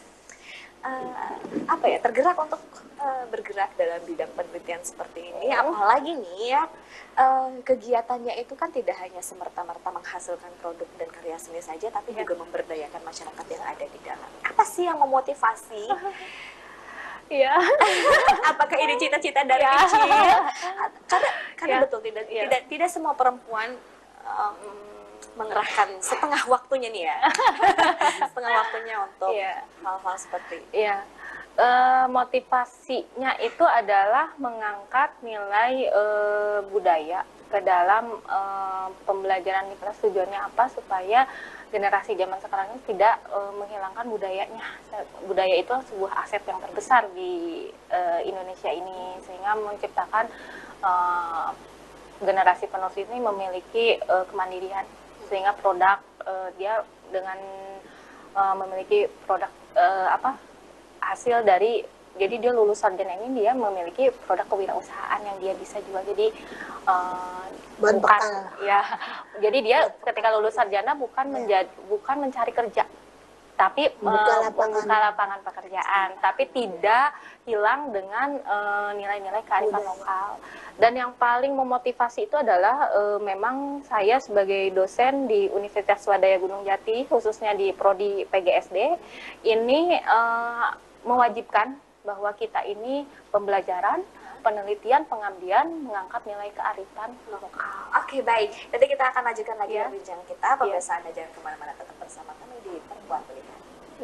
eh, apa ya tergerak untuk eh, bergerak dalam bidang penelitian seperti ini? Apalagi nih ya eh, kegiatannya itu kan tidak hanya semerta-merta menghasilkan produk dan karya seni saja, tapi juga memberdayakan masyarakat yang ada di dalam. Apa sih yang memotivasi? Iya. Apakah ini cita-cita dari Ya. kecil? Karena karena Ya. betul tidak Ya. tidak tidak semua perempuan um, mengerahkan setengah waktunya nih ya, setengah waktunya untuk Iya. hal-hal seperti Iya. Eh, motivasinya itu adalah mengangkat nilai eh, budaya ke dalam eh, pembelajaran di kelas. Tujuannya apa? Supaya generasi zaman sekarang ini tidak eh, menghilangkan budayanya. Budaya itu sebuah aset yang terbesar di eh, Indonesia ini, sehingga menciptakan eh, generasi penerus ini memiliki eh, kemandirian, sehingga produk eh, dia dengan eh, memiliki produk eh, apa hasil dari, jadi dia lulus sarjana ini dia memiliki produk kewirausahaan yang dia bisa jual. Jadi uh, Buat bukan bekal. ya, jadi dia ketika lulus sarjana bukan menjadi bukan mencari kerja, tapi Buka uh, lapangan. membuka lapangan pekerjaan, tapi tidak hilang dengan uh, nilai-nilai kearifan Budaya. lokal. Dan yang paling memotivasi itu adalah uh, memang saya sebagai dosen di Universitas Swadaya Gunung Jati, khususnya di prodi P G S D, ini uh, mewajibkan bahwa kita ini pembelajaran, penelitian, pengabdian mengangkat nilai kearifan lokal. Oke, baik. Nanti kita akan lanjutkan lagi Ya. perbincangan kita. Pemirsa, Anda jangan kemana-mana, tetap bersama kami di Perempuan Pilihan.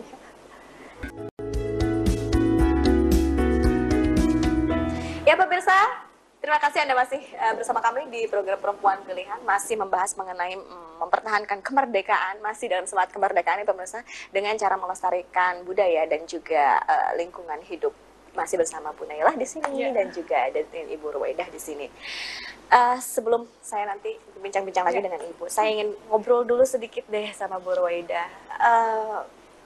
Ya pemirsa, terima kasih Anda masih uh, bersama kami di program Perempuan Pilihan, masih membahas mengenai mm, mempertahankan kemerdekaan, masih dalam semangat kemerdekaan ya pemirsa, dengan cara melestarikan budaya dan juga uh, lingkungan hidup. Masih bersama Bu Nailah di sini Ya. dan juga ada Ibu Ruwaidah di sini. Uh, sebelum saya nanti bincang-bincang lagi Ya. dengan Ibu, saya ingin ngobrol dulu sedikit deh sama Bu Ruwaidah. Uh,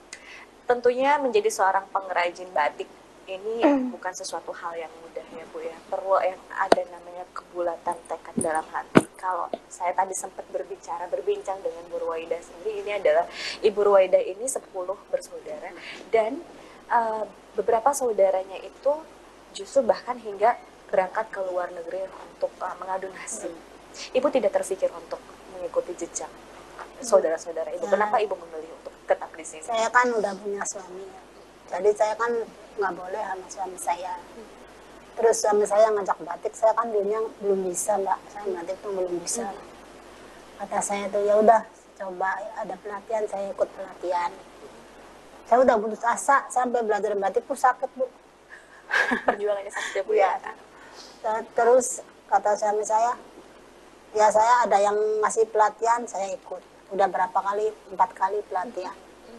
tentunya menjadi seorang pengrajin batik ini bukan sesuatu hal yang mudah ya Bu ya. Perlu yang ada namanya kebulatan tekad dalam hati. Kalau saya tadi sempat berbicara, berbincang dengan Bu Ruwaidah sendiri, ini adalah Ibu Ruwaidah ini sepuluh bersaudara dan uh, beberapa saudaranya itu justru bahkan hingga berangkat ke luar negeri untuk uh, mengadu nasib. Ibu tidak terpikir untuk mengikuti jejak saudara-saudara Ibu. Ya. Kenapa Ibu memilih untuk tetap di sini? Saya kan udah punya suami ya. Jadi saya kan nggak boleh sama suami saya. Terus suami saya ngajak batik, saya kan dulunya belum bisa mbak, saya batik tuh belum bisa. Kata saya tuh ya udah coba ada pelatihan, saya ikut pelatihan. Saya udah putus asa sampai belajar batik tuh sakit bu. Perjuangannya sakit ya Bu ya. Ter- Terus kata suami saya, ya saya ada yang ngasih pelatihan, saya ikut. Udah berapa kali, empat kali pelatihan.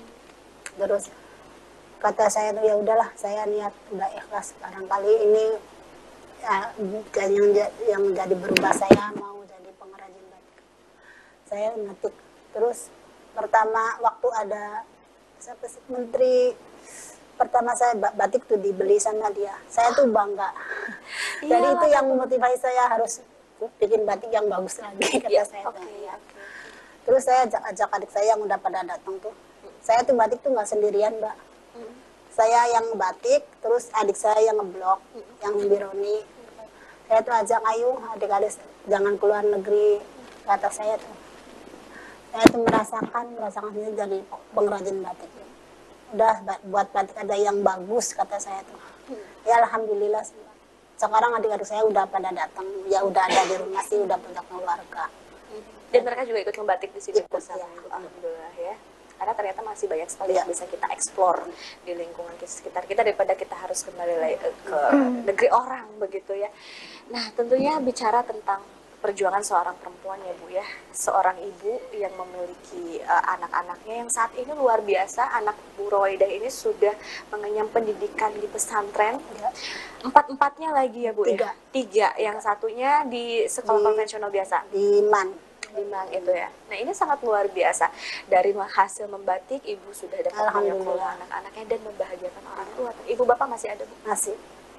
Terus kata saya tuh ya udahlah, saya niat udah ikhlas. Barangkali ini ya, yang yang jadi berubah, saya mau jadi pengrajin batik. Saya ngetik terus. Pertama waktu ada siapa sih, menteri pertama saya ba- batik tuh dibeli sama dia, saya tuh bangga. Jadi Iya, itu yang memotivasi saya harus bikin batik yang bagus lagi, kata Iya, saya. oke, tuh. Ya. oke. Terus saya ajak, ajak adik saya yang udah pada datang tuh. Saya tuh batik tuh nggak sendirian mbak. Saya yang batik, terus adik saya yang ngeblok, yang bironi. Saya tuh ajak, ayo adik-adik jangan keluar negeri, kata saya tuh. Saya tuh merasakan, merasakan ini jadi pengrajin batik. Udah ba- buat batik ada yang bagus, kata saya tuh. Ya alhamdulillah. Sekarang adik-adik saya udah pada datang, ya udah ada di rumah sih, udah punya keluarga. Dan mereka juga ikut membatik di sini Ikut, bersama ya. Ibu. Alhamdulillah ya. Karena ternyata masih banyak sekali Ya. yang bisa kita eksplor di lingkungan kita sekitar kita daripada kita harus kembali lagi ke negeri orang begitu ya. Nah tentunya bicara tentang perjuangan seorang perempuan ya Bu ya, seorang ibu yang memiliki uh, anak-anaknya yang saat ini luar biasa. Anak Bu Ruwaidah ini sudah mengenyam pendidikan di pesantren, Ya. empat-empatnya lagi ya Bu Tiga. ya, tiga, yang satunya di sekolah Di- konvensional biasa Di Man. di Mang itu ya. Nah ini sangat luar biasa. Dari hasil membatik, ibu sudah dapat banyak Alhamdulillah. anak-anaknya dan membahagiakan orang tua. Ibu bapak masih ada Bu? Masih.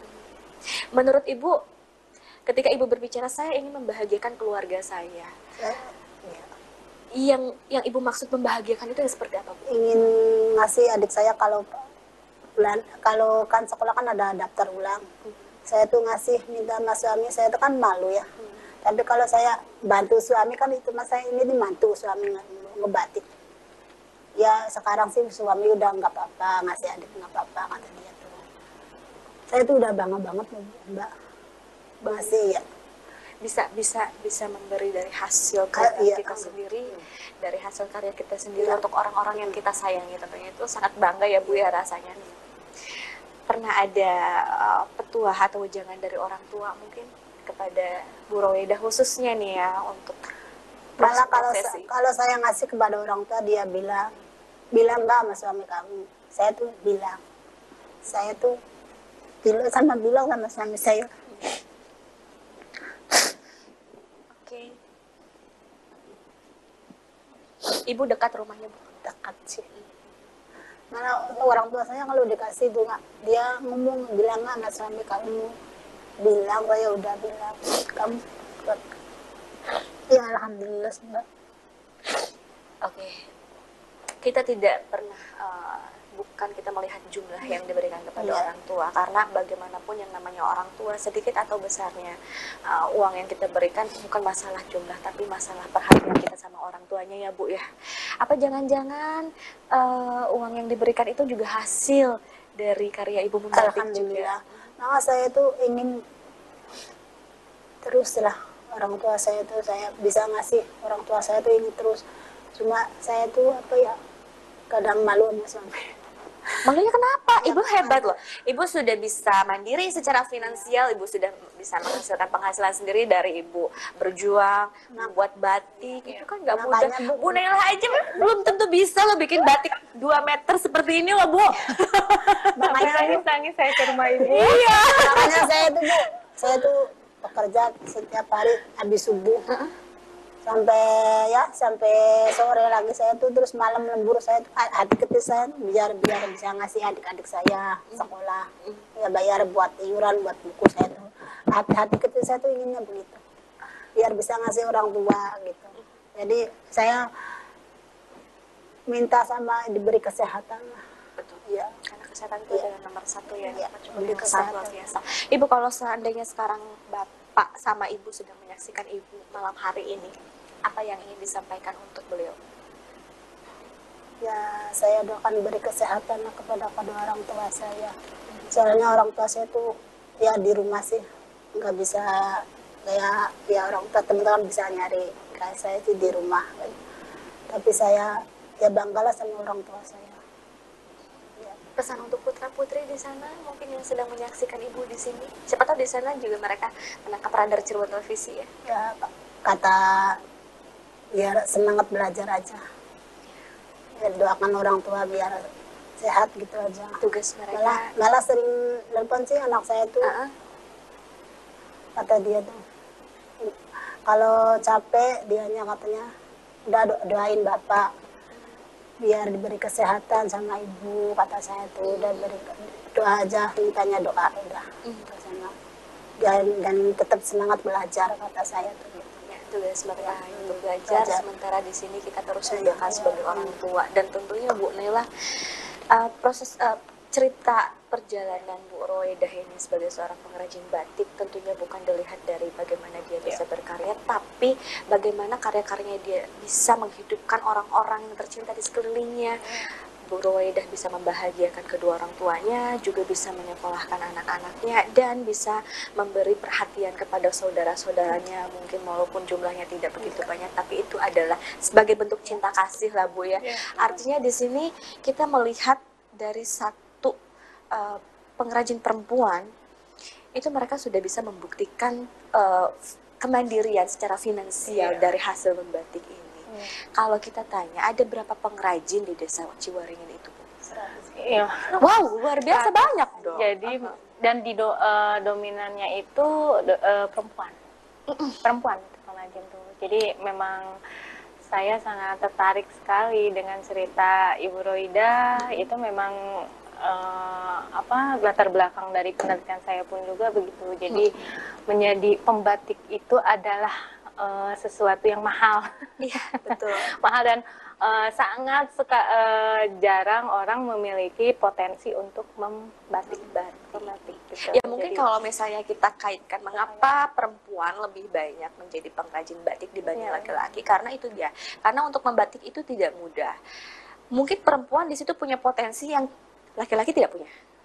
Menurut ibu, ketika ibu berbicara saya ingin membahagiakan keluarga saya, Saya, ya. yang yang ibu maksud membahagiakan itu yang seperti apa Bu? Ingin ngasih adik saya kalau bulan kalau kan sekolah kan ada daftar ulang, saya tuh ngasih minta sama suami saya tuh kan malu ya. Tapi kalau saya bantu suami kan itu mas saya ini dibantu suami nge- ngebatik. Ya sekarang sih suami udah nggak apa-apa, ngasih adik nggak apa-apa kata dia tuh. Saya tuh udah bangga banget Mbak. Masih ya. Bisa bisa bisa memberi dari hasil Ka- karya iya, kita kan. sendiri, dari hasil karya kita sendiri Iya. untuk orang-orang yang kita sayangi, tentunya itu sangat bangga ya Bu ya rasanya. Pernah ada uh, petuah atau wejangan dari orang tua mungkin kepada Bu Roedah khususnya nih ya untuk Malah kalau sa- profesi? kalau saya ngasih kepada orang tua, dia bilang, bilang nggak sama suami kamu. Saya tuh bilang, saya tuh bilang sama bilang sama suami saya. Oke. Ibu dekat rumahnya Bu? Dekat sih. Malah orang tua saya kalau dikasih tuh nggak, dia ngomong bilang nggak sama suami kamu. Bilang, saya udah bilang, kamu ya alhamdulillah Mbak. Oke. Kita tidak pernah uh, bukan kita melihat jumlah yang diberikan kepada Iya. orang tua, karena bagaimanapun yang namanya orang tua, sedikit atau besarnya uh, uang yang kita berikan bukan masalah jumlah, tapi masalah perhatian kita sama orang tuanya ya Bu ya. Apa jangan-jangan uh, uang yang diberikan itu juga hasil dari karya Ibu membatik Alhamdulillah. juga? Maka saya tuh ingin terus lah orang tua saya tuh, saya bisa ngasih orang tua saya tuh ini terus. Cuma saya tuh apa ya, kadang malu sama suami. Malunya kenapa? Ibu hebat loh. Ibu sudah bisa mandiri secara finansial, Ibu sudah bisa menghasilkan penghasilan sendiri dari Ibu berjuang, membuat batik. Itu kan nggak mudah. Makanya, Bu, Bu Naila aja belum tentu bisa loh bikin batik dua meter seperti ini loh Bu. Sampai nangis-nangis saya ke rumah ibu. Iya. Makanya saya tuh Bu, saya tuh bekerja setiap hari habis subuh sampai ya sampai sore lagi, saya tuh terus malam lembur, saya tuh hati kecil saya biar biar bisa ngasih adik-adik saya sekolah, ya bayar buat iuran, buat buku, saya tuh hati hati kecil saya tuh inginnya begitu, biar bisa ngasih orang tua gitu. Jadi saya minta sama diberi kesehatan lah. Betul. Ya. Karena kesehatan itu Iya. adalah nomor satu ya. Iya, Cuma lebih yang sangat kesehatan. luar biasa. Ibu, kalau seandainya sekarang Bapak sama Ibu sedang menyaksikan Ibu malam hari ini, apa yang ingin disampaikan untuk beliau? Ya, saya doakan beri kesehatan lah kepada kedua orang tua saya. Soalnya orang tua saya tuh ya di rumah sih nggak bisa kayak ya orang tua, teman-teman bisa nyari, kayak saya sih di rumah. Tapi saya ya banggalah sama orang tua saya. Ya. Pesan untuk putra-putri di sana mungkin yang sedang menyaksikan Ibu di sini. Siapa tahu di sana juga mereka menangkap radar Cirebon Televisi ya. Ya, kata biar semangat belajar aja. Ya, doakan orang tua biar sehat gitu aja. Tugas mereka. Malah, malah sering telepon sih anak saya tuh. Uh-uh. Kata dia tuh, kalau capek dianya katanya udah do- doain bapak biar diberi kesehatan sama ibu, kata saya tuh, dan beri doa aja, mintanya doa udah. Kata saya. Dan, dan tetap semangat belajar, kata saya tuh. Ya, tugas mereka untuk belajar, Belajar. sementara di sini kita terus Iya, mendoakan iya. sebagai orang tua. Dan tentunya Bu Naila, uh, proses uh, cerita perjalanan Bu Roedah ini sebagai seorang pengrajin batik tentunya bukan dilihat dari bagaimana dia bisa berkarya, tapi bagaimana karya-karyanya dia bisa menghidupkan orang-orang yang tercinta di sekelilingnya. Bu Roedah bisa membahagiakan kedua orang tuanya, juga bisa menyekolahkan anak-anaknya, dan bisa memberi perhatian kepada saudara-saudaranya, mungkin walaupun jumlahnya tidak begitu banyak, tapi itu adalah sebagai bentuk cinta kasih lah Bu ya. Artinya di sini kita melihat dari satu uh, pengrajin perempuan, itu mereka sudah bisa membuktikan uh, kemandirian secara finansial Iya. dari hasil membatik ini. Kalau kita tanya, ada berapa pengrajin di desa Ciwaringin itu, Bu? Iya. Wow, luar biasa banyak dong. Jadi dan di do, eh, dominannya itu do- eh, perempuan. Perempuan pengrajin tuh. Jadi memang saya sangat tertarik sekali dengan cerita Ibu Roida. Itu memang eh, apa latar belakang dari penelitian saya pun juga begitu. Jadi menjadi pembatik itu adalah eh, sesuatu yang mahal. Iya, betul. mahal dan uh, sangat suka, uh, jarang orang memiliki potensi untuk membatik batik gitu. Ya mungkin Jadi, kalau misalnya kita kaitkan mengapa perempuan lebih banyak menjadi pengrajin batik dibanding Iya. laki-laki, karena itu dia. Karena untuk membatik itu tidak mudah. Mungkin perempuan di situ punya potensi yang laki-laki tidak punya.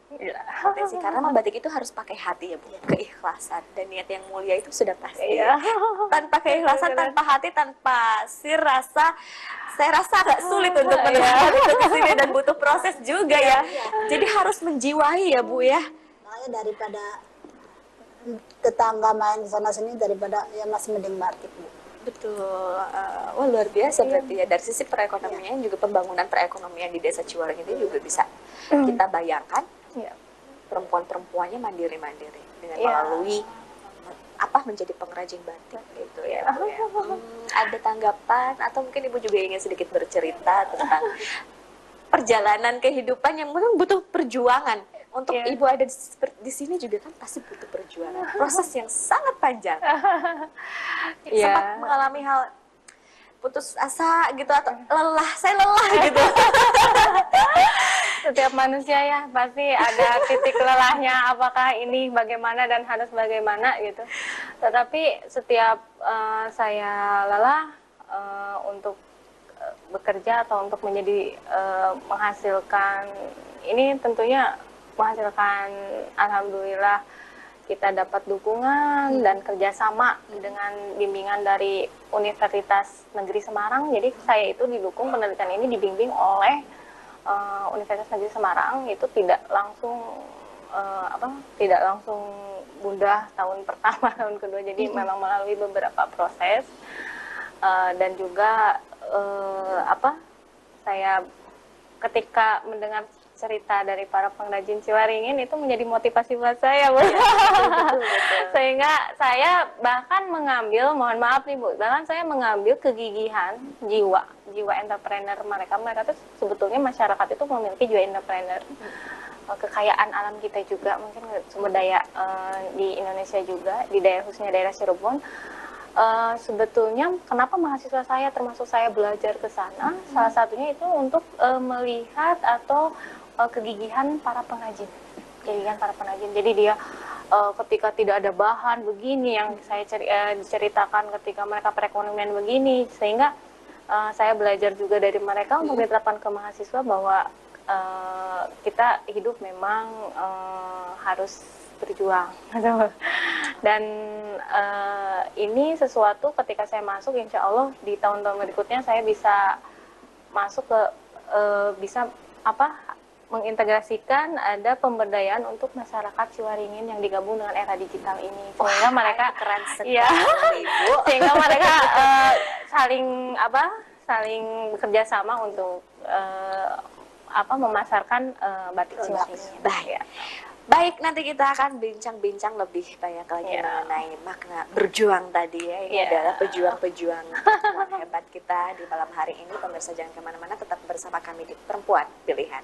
Iya. Potensi, karena membatik itu harus pakai hati ya Bu, keikhlasan dan niat yang mulia itu sudah pasti. Iya. Tanpa keikhlasan, tanpa hati, tanpa si rasa, saya rasa agak sulit untuk Iya. menemukan itu di sini dan butuh proses juga ya. Jadi harus menjiwai ya Bu ya. Makanya daripada tetangga main di sana sini daripada ya masih mending batik Bu. Betul. Uh, wah luar biasa Iya. berarti ya, dari sisi perekonomian juga pembangunan perekonomian di Desa Ciwaring itu juga bisa kita bayangkan. Iya. Perempuan-perempuannya mandiri-mandiri dengan Iya. melalui apa menjadi pengrajin batik gitu ya, Bu, ya. Hmm, ada tanggapan atau mungkin Ibu juga ingin sedikit bercerita tentang perjalanan kehidupan yang memang butuh perjuangan. Untuk Iya. Ibu ada di, di sini juga kan pasti butuh perjuangan, proses yang sangat panjang. Iya. Sempat mengalami hal putus asa gitu atau lelah, saya lelah gitu. Setiap manusia ya pasti ada titik lelahnya, apakah ini bagaimana dan harus bagaimana gitu. Tetapi setiap uh, saya lelah uh, untuk uh, bekerja atau untuk menjadi uh, menghasilkan ini, tentunya menghasilkan, alhamdulillah kita dapat dukungan dan kerjasama dengan bimbingan dari Universitas Negeri Semarang. Jadi saya itu didukung, penelitian ini dibimbing oleh uh, Universitas Negeri Semarang. Itu tidak langsung uh, apa tidak langsung mudah tahun pertama, tahun kedua. Jadi memang melalui beberapa proses uh, dan juga uh, apa saya ketika mendengar cerita dari para pengrajin Ciwaringin itu menjadi motivasi buat saya, Bu. Ya, betul, betul, betul. Sehingga saya bahkan mengambil, mohon maaf nih Bu, bahkan saya mengambil kegigihan jiwa, jiwa entrepreneur mereka. Mereka tuh sebetulnya masyarakat itu memiliki jiwa entrepreneur. Hmm. Kekayaan alam kita juga, mungkin sumber daya uh, di Indonesia juga, di daerah khususnya daerah Cirebon. Uh, sebetulnya kenapa mahasiswa saya termasuk saya belajar ke sana, hmm. salah satunya itu untuk uh, melihat atau kegigihan para pengrajin, kegigihan para pengrajin. Jadi dia uh, ketika tidak ada bahan begini yang saya ceri uh, diceritakan, ketika mereka perekonomian begini, sehingga uh, saya belajar juga dari mereka untuk diterapkan ke mahasiswa bahwa uh, kita hidup memang uh, harus berjuang. Dan uh, ini sesuatu ketika saya masuk, insya Allah di tahun-tahun berikutnya saya bisa masuk ke uh, bisa apa mengintegrasikan ada pemberdayaan untuk masyarakat Ciwaringin yang digabung dengan era digital ini, sehingga wah, mereka keren sekali, ya, Ibu. sehingga mereka uh, saling apa saling bekerjasama untuk uh, apa memasarkan uh, batik Ciwaringin. Baik. Baik, nanti kita akan bincang-bincang lebih banyak lagi yeah. mengenai makna berjuang tadi ya. Ini yeah. adalah pejuang-pejuang perempuan hebat kita di malam hari ini. Pemirsa jangan kemana-mana, tetap bersama kami di Perempuan Pilihan.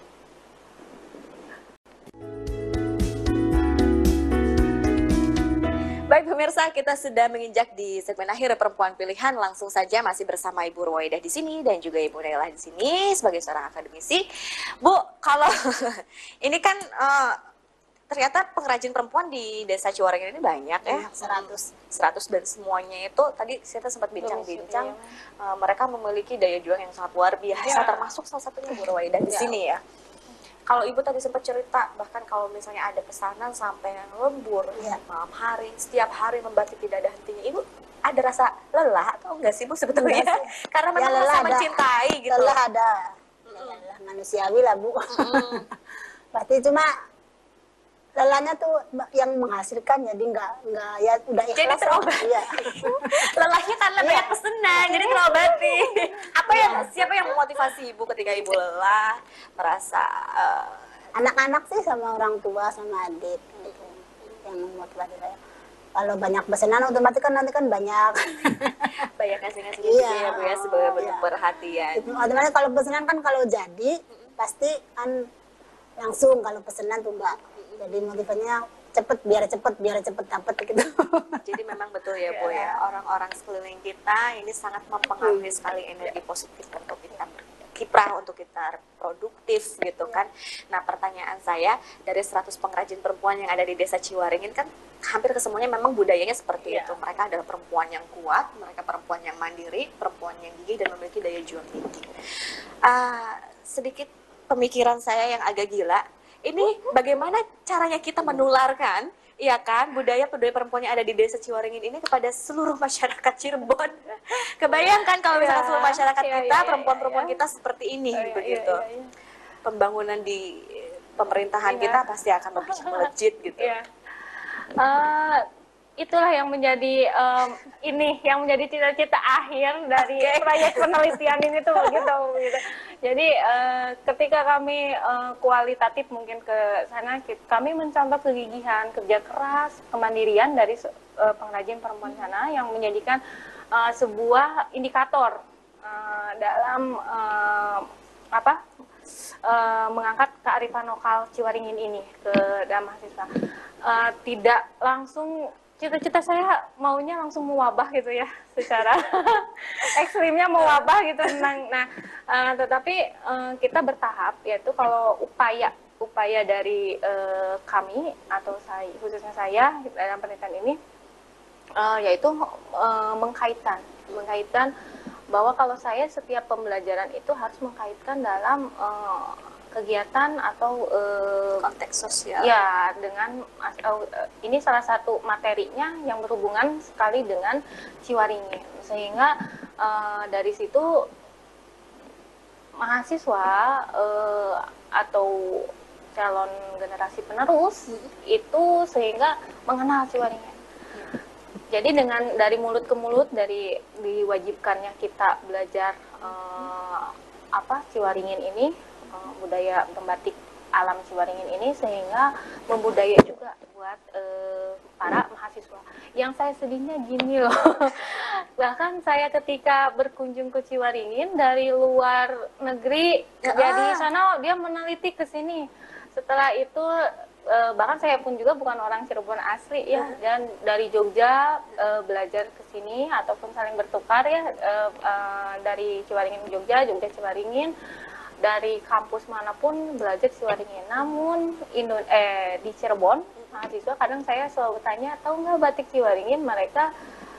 Baik pemirsa, kita sudah menginjak di segmen akhir Perempuan Pilihan. Langsung saja masih bersama Ibu Ruwaidah di sini dan juga Ibu Nela di sini sebagai seorang akademisi. Bu, kalau ini kan uh, ternyata pengrajin perempuan di Desa Ciwaringin ini banyak ya, seratus seratus dan semuanya itu tadi kita sempat bincang-bincang uh, mereka memiliki daya juang yang sangat luar biasa, ya. Termasuk salah satunya Ibu Ruwaidah di ya. Sini ya. Kalau Ibu tadi sempat cerita, bahkan kalau misalnya ada pesanan sampai yang lembur, ya. Malam hari, setiap hari membatik tidak ada hentinya. Ibu ada rasa lelah atau enggak sih Bu sebetulnya? Sih. Karena memang ya, rasa mencintai gitu. Lelah ada, mm. lelah manusiawi lah Bu. Mm. Pasti cuma lelahnya tuh yang menghasilkan, jadi enggak enggak ya udah ikhlas. Jadi terobati. Ya. Lelahnya karena ya. Banyak pesanan, jadi terobati. Apa yang ya. Siapa yang memotivasi Ibu ketika Ibu lelah, merasa anak-anak uh... sih sama orang tua sama adik gitu yang memotivasi saya. Kalau banyak pesanan otomatis kan nanti kan banyak banyak ngasih-ngasih gitu ya Bu ya sebagai bentuk ya. Perhatian. Otomatis kalau pesanan kan kalau jadi pasti kan langsung, kalau pesanan tuh enggak. Jadi motivasinya cepet, biar cepet, biar cepet dapat gitu. Jadi memang betul ya Bu ya, orang-orang sekeliling kita ini sangat mempengaruhi sekali energi positif untuk kita kiprah, untuk kita produktif gitu kan. Nah pertanyaan saya, dari seratus pengrajin perempuan yang ada di Desa Ciwaringin kan hampir kesemuanya memang budayanya seperti yeah. itu. Mereka adalah perempuan yang kuat, mereka perempuan yang mandiri, perempuan yang gigih dan memiliki daya juang tinggi. Uh, sedikit pemikiran saya yang agak gila, ini bagaimana caranya kita menularkan, iya kan, budaya budaya perempuan yang ada di desa Ciwaringin ini kepada seluruh masyarakat Cirebon. Kebayangkan kalau misalnya Iya, seluruh masyarakat iya, kita, iya, perempuan-perempuan iya. kita seperti ini, Oh, iya, begitu. iya, iya, iya. Pembangunan di pemerintahan Iya. kita pasti akan lebih melejit gitu. Iya. Eh, itulah yang menjadi em, ini yang menjadi cita-cita akhir dari Oke. proyek penelitian ini tuh begitu gitu. Jadi eh, ketika kami eh, kualitatif mungkin ke sana, ki- kami mencontoh kegigihan, kerja keras, kemandirian dari se- eh, pengrajin perempuan sana yang menjadikan eh, sebuah indikator eh, dalam eh, apa eh, mengangkat kearifan lokal Ciwaringin ini ke dalam mahasiswa. Eh, tidak langsung, cita-cita saya maunya langsung mewabah gitu ya, secara ekstrimnya mewabah gitu. Nah, nah eh, tetapi eh, kita bertahap, yaitu kalau upaya upaya dari eh, kami atau saya, khususnya saya dalam penelitian ini, eh, yaitu eh, mengkaitkan mengkaitkan bahwa kalau saya setiap pembelajaran itu harus mengkaitkan dalam eh, kegiatan atau eh, Konteks sosial. ya dengan as- oh, eh, ini salah satu materinya yang berhubungan sekali dengan Ciwaringin, sehingga eh, dari situ mahasiswa eh, atau calon generasi penerus itu sehingga mengenal Ciwaringin. Jadi dengan dari mulut ke mulut, dari diwajibkannya kita belajar eh, apa Ciwaringin ini, eh, budaya membatik alam Ciwaringin ini, sehingga membudaya juga buat eh, para mahasiswa. Yang saya sedihnya gini loh, bahkan saya ketika berkunjung ke Ciwaringin dari luar negeri, Ya, jadi ah. sana dia meneliti ke sini. Setelah itu eh, bahkan saya pun juga bukan orang Cirebon asli ya, dan dari Jogja eh, belajar ke sini ataupun saling bertukar ya, eh, eh, dari Ciwaringin Jogja, Jogja Ciwaringin, dari kampus manapun belajar Ciwaringin. Namun Indo eh, di Cirebon mahasiswa kadang saya selalu tanya, tahu nggak batik Ciwaringin? Mereka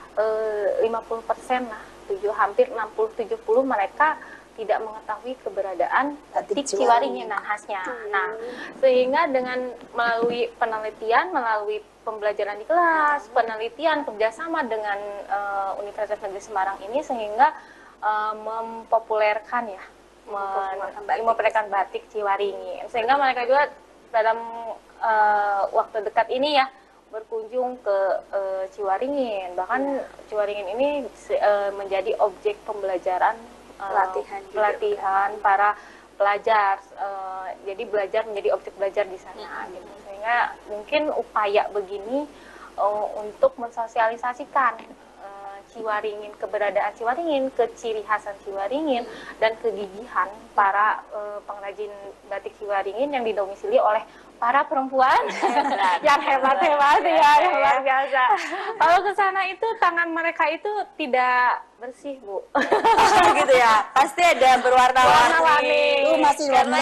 eh, lima puluh persen lah, tujuh hampir enam puluh tujuh puluh mereka tidak mengetahui keberadaan Batik batik Ciwaringin. Ciwaringin nah khasnya. Nah, sehingga dengan melalui penelitian, melalui pembelajaran di kelas, penelitian kerjasama dengan eh, Universitas Negeri Semarang ini, sehingga eh, mempopulerkan ya, Mempopulerkan men- batik. mempopulerkan batik Ciwaringin, sehingga mereka juga dalam eh, waktu dekat ini ya berkunjung ke eh, Ciwaringin. Bahkan Ciwaringin ini se- eh, menjadi objek pembelajaran, eh, Pelatihan juga. pelatihan para pelajar. Eh, jadi belajar menjadi objek belajar di sana gitu. Sehingga mungkin upaya begini eh, untuk mensosialisasikan eh, Ciwaringin, keberadaan Ciwaringin, keciri khasan Ciwaringin, dan kegigihan para eh, pengrajin batik Ciwaringin yang didomisili oleh para perempuan yang hebat-hebat ya, yang luar biasa. Kalau ke sana itu tangan mereka itu tidak bersih, Bu. Gitu ya, pasti ada berwarna-warni. Warna-warni. Itu masih warna.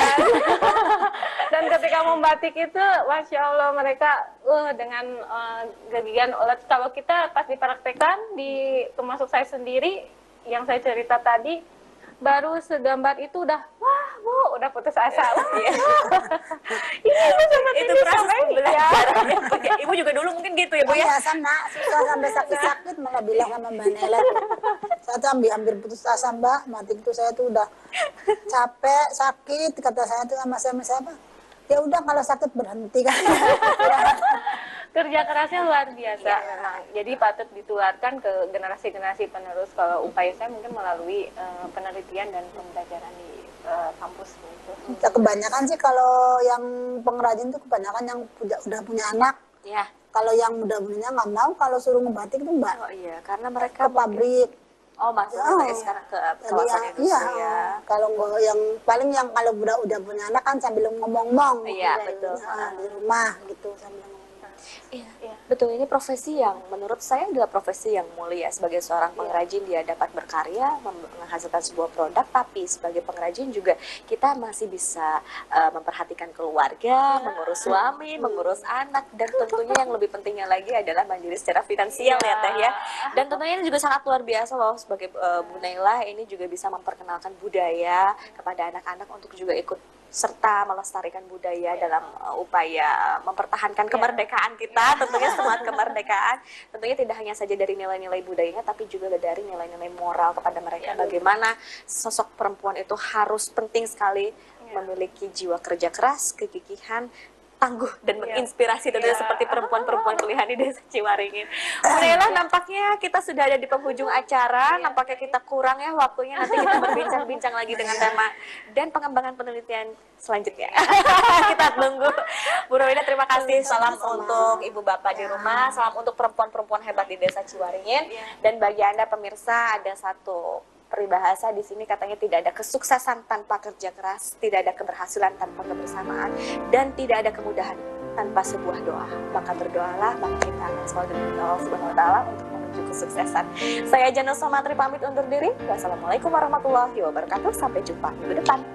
Dan ketika membatik itu, masya Allah mereka uh, dengan uh, kegigihan ulet. Kalau kita pas dipraktekkan, di termasuk saya sendiri yang saya cerita tadi, baru segambar itu udah wah Bu, udah putus asa. Wah, Iya. ini itu seperti Itu ini proses sampai ya. pembelajarannya. Ibu juga dulu mungkin gitu ya, Bu ya? Iya sama, susah sampai sakit-sakit malah bilang sama Mbak Nela. Saya tuh hampir, hampir putus asa Mbak, mati itu saya tuh udah capek, sakit, kata saya tuh sama sama siapa? Ya udah kalau sakit berhenti kan. Kerja kerasnya luar biasa Iya. memang. Jadi patut ditularkan ke generasi-generasi penerus. Kalau upaya saya mungkin melalui eh, penelitian dan pembelajaran di eh, kampus gitu. Ya, kebanyakan sih kalau yang pengrajin tuh kebanyakan yang punya, udah punya anak. Ya. Kalau yang muda-mudanya nggak mau kalau suruh ngebatik tuh Mbak Oh iya, karena mereka ke pabrik. oh masuk Oh. ke sekarang ke Jadi kawasan yang, industri iya, ya. kalau nggak yang paling yang kalau udah udah punya anak kan sambil ngomong-ngomong. Iya, Kayak betul. gitu. Nah, di rumah gitu sambil ngomong. Iya, Iya. betul, ini profesi yang menurut saya adalah profesi yang mulia. Sebagai seorang Iya. pengrajin dia dapat berkarya, mem- menghasilkan sebuah produk, tapi sebagai pengrajin juga kita masih bisa uh, memperhatikan keluarga, mengurus suami, mengurus anak, dan tentunya yang lebih pentingnya lagi adalah mandiri secara finansial Iya. ya Teh ya. Dan tentunya ini juga sangat luar biasa loh sebagai uh, Bu Naila ini juga bisa memperkenalkan budaya kepada anak-anak untuk juga ikut serta melestarikan budaya dalam uh, upaya mempertahankan kemerdekaan kita, tentunya semangat kemerdekaan, tentunya tidak hanya saja dari nilai-nilai budayanya, tapi juga dari nilai-nilai moral kepada mereka, bagaimana sosok perempuan itu harus penting sekali memiliki jiwa kerja keras, kegigihan, tangguh dan menginspirasi tentunya seperti perempuan-perempuan pilihan di Desa Ciwaringin. Udah nampaknya kita sudah ada di penghujung acara, nampaknya kita kurang ya waktunya, nanti kita berbincang-bincang lagi dengan tema dan pengembangan penelitian selanjutnya. Kita tunggu. Bu Rowena, terima kasih. Salam untuk ibu bapak di rumah, salam untuk perempuan-perempuan hebat di Desa Ciwaringin, dan bagi Anda pemirsa ada satu peribahasa di sini, katanya tidak ada kesuksesan tanpa kerja keras, tidak ada keberhasilan tanpa kebersamaan, dan tidak ada kemudahan tanpa sebuah doa. Maka berdoalah, maka kita akan selalu dengan Allah Subhanahu wa taala untuk menuju kesuksesan. Saya Jana Somatri pamit undur diri. Wassalamualaikum warahmatullahi wabarakatuh. Sampai jumpa minggu depan.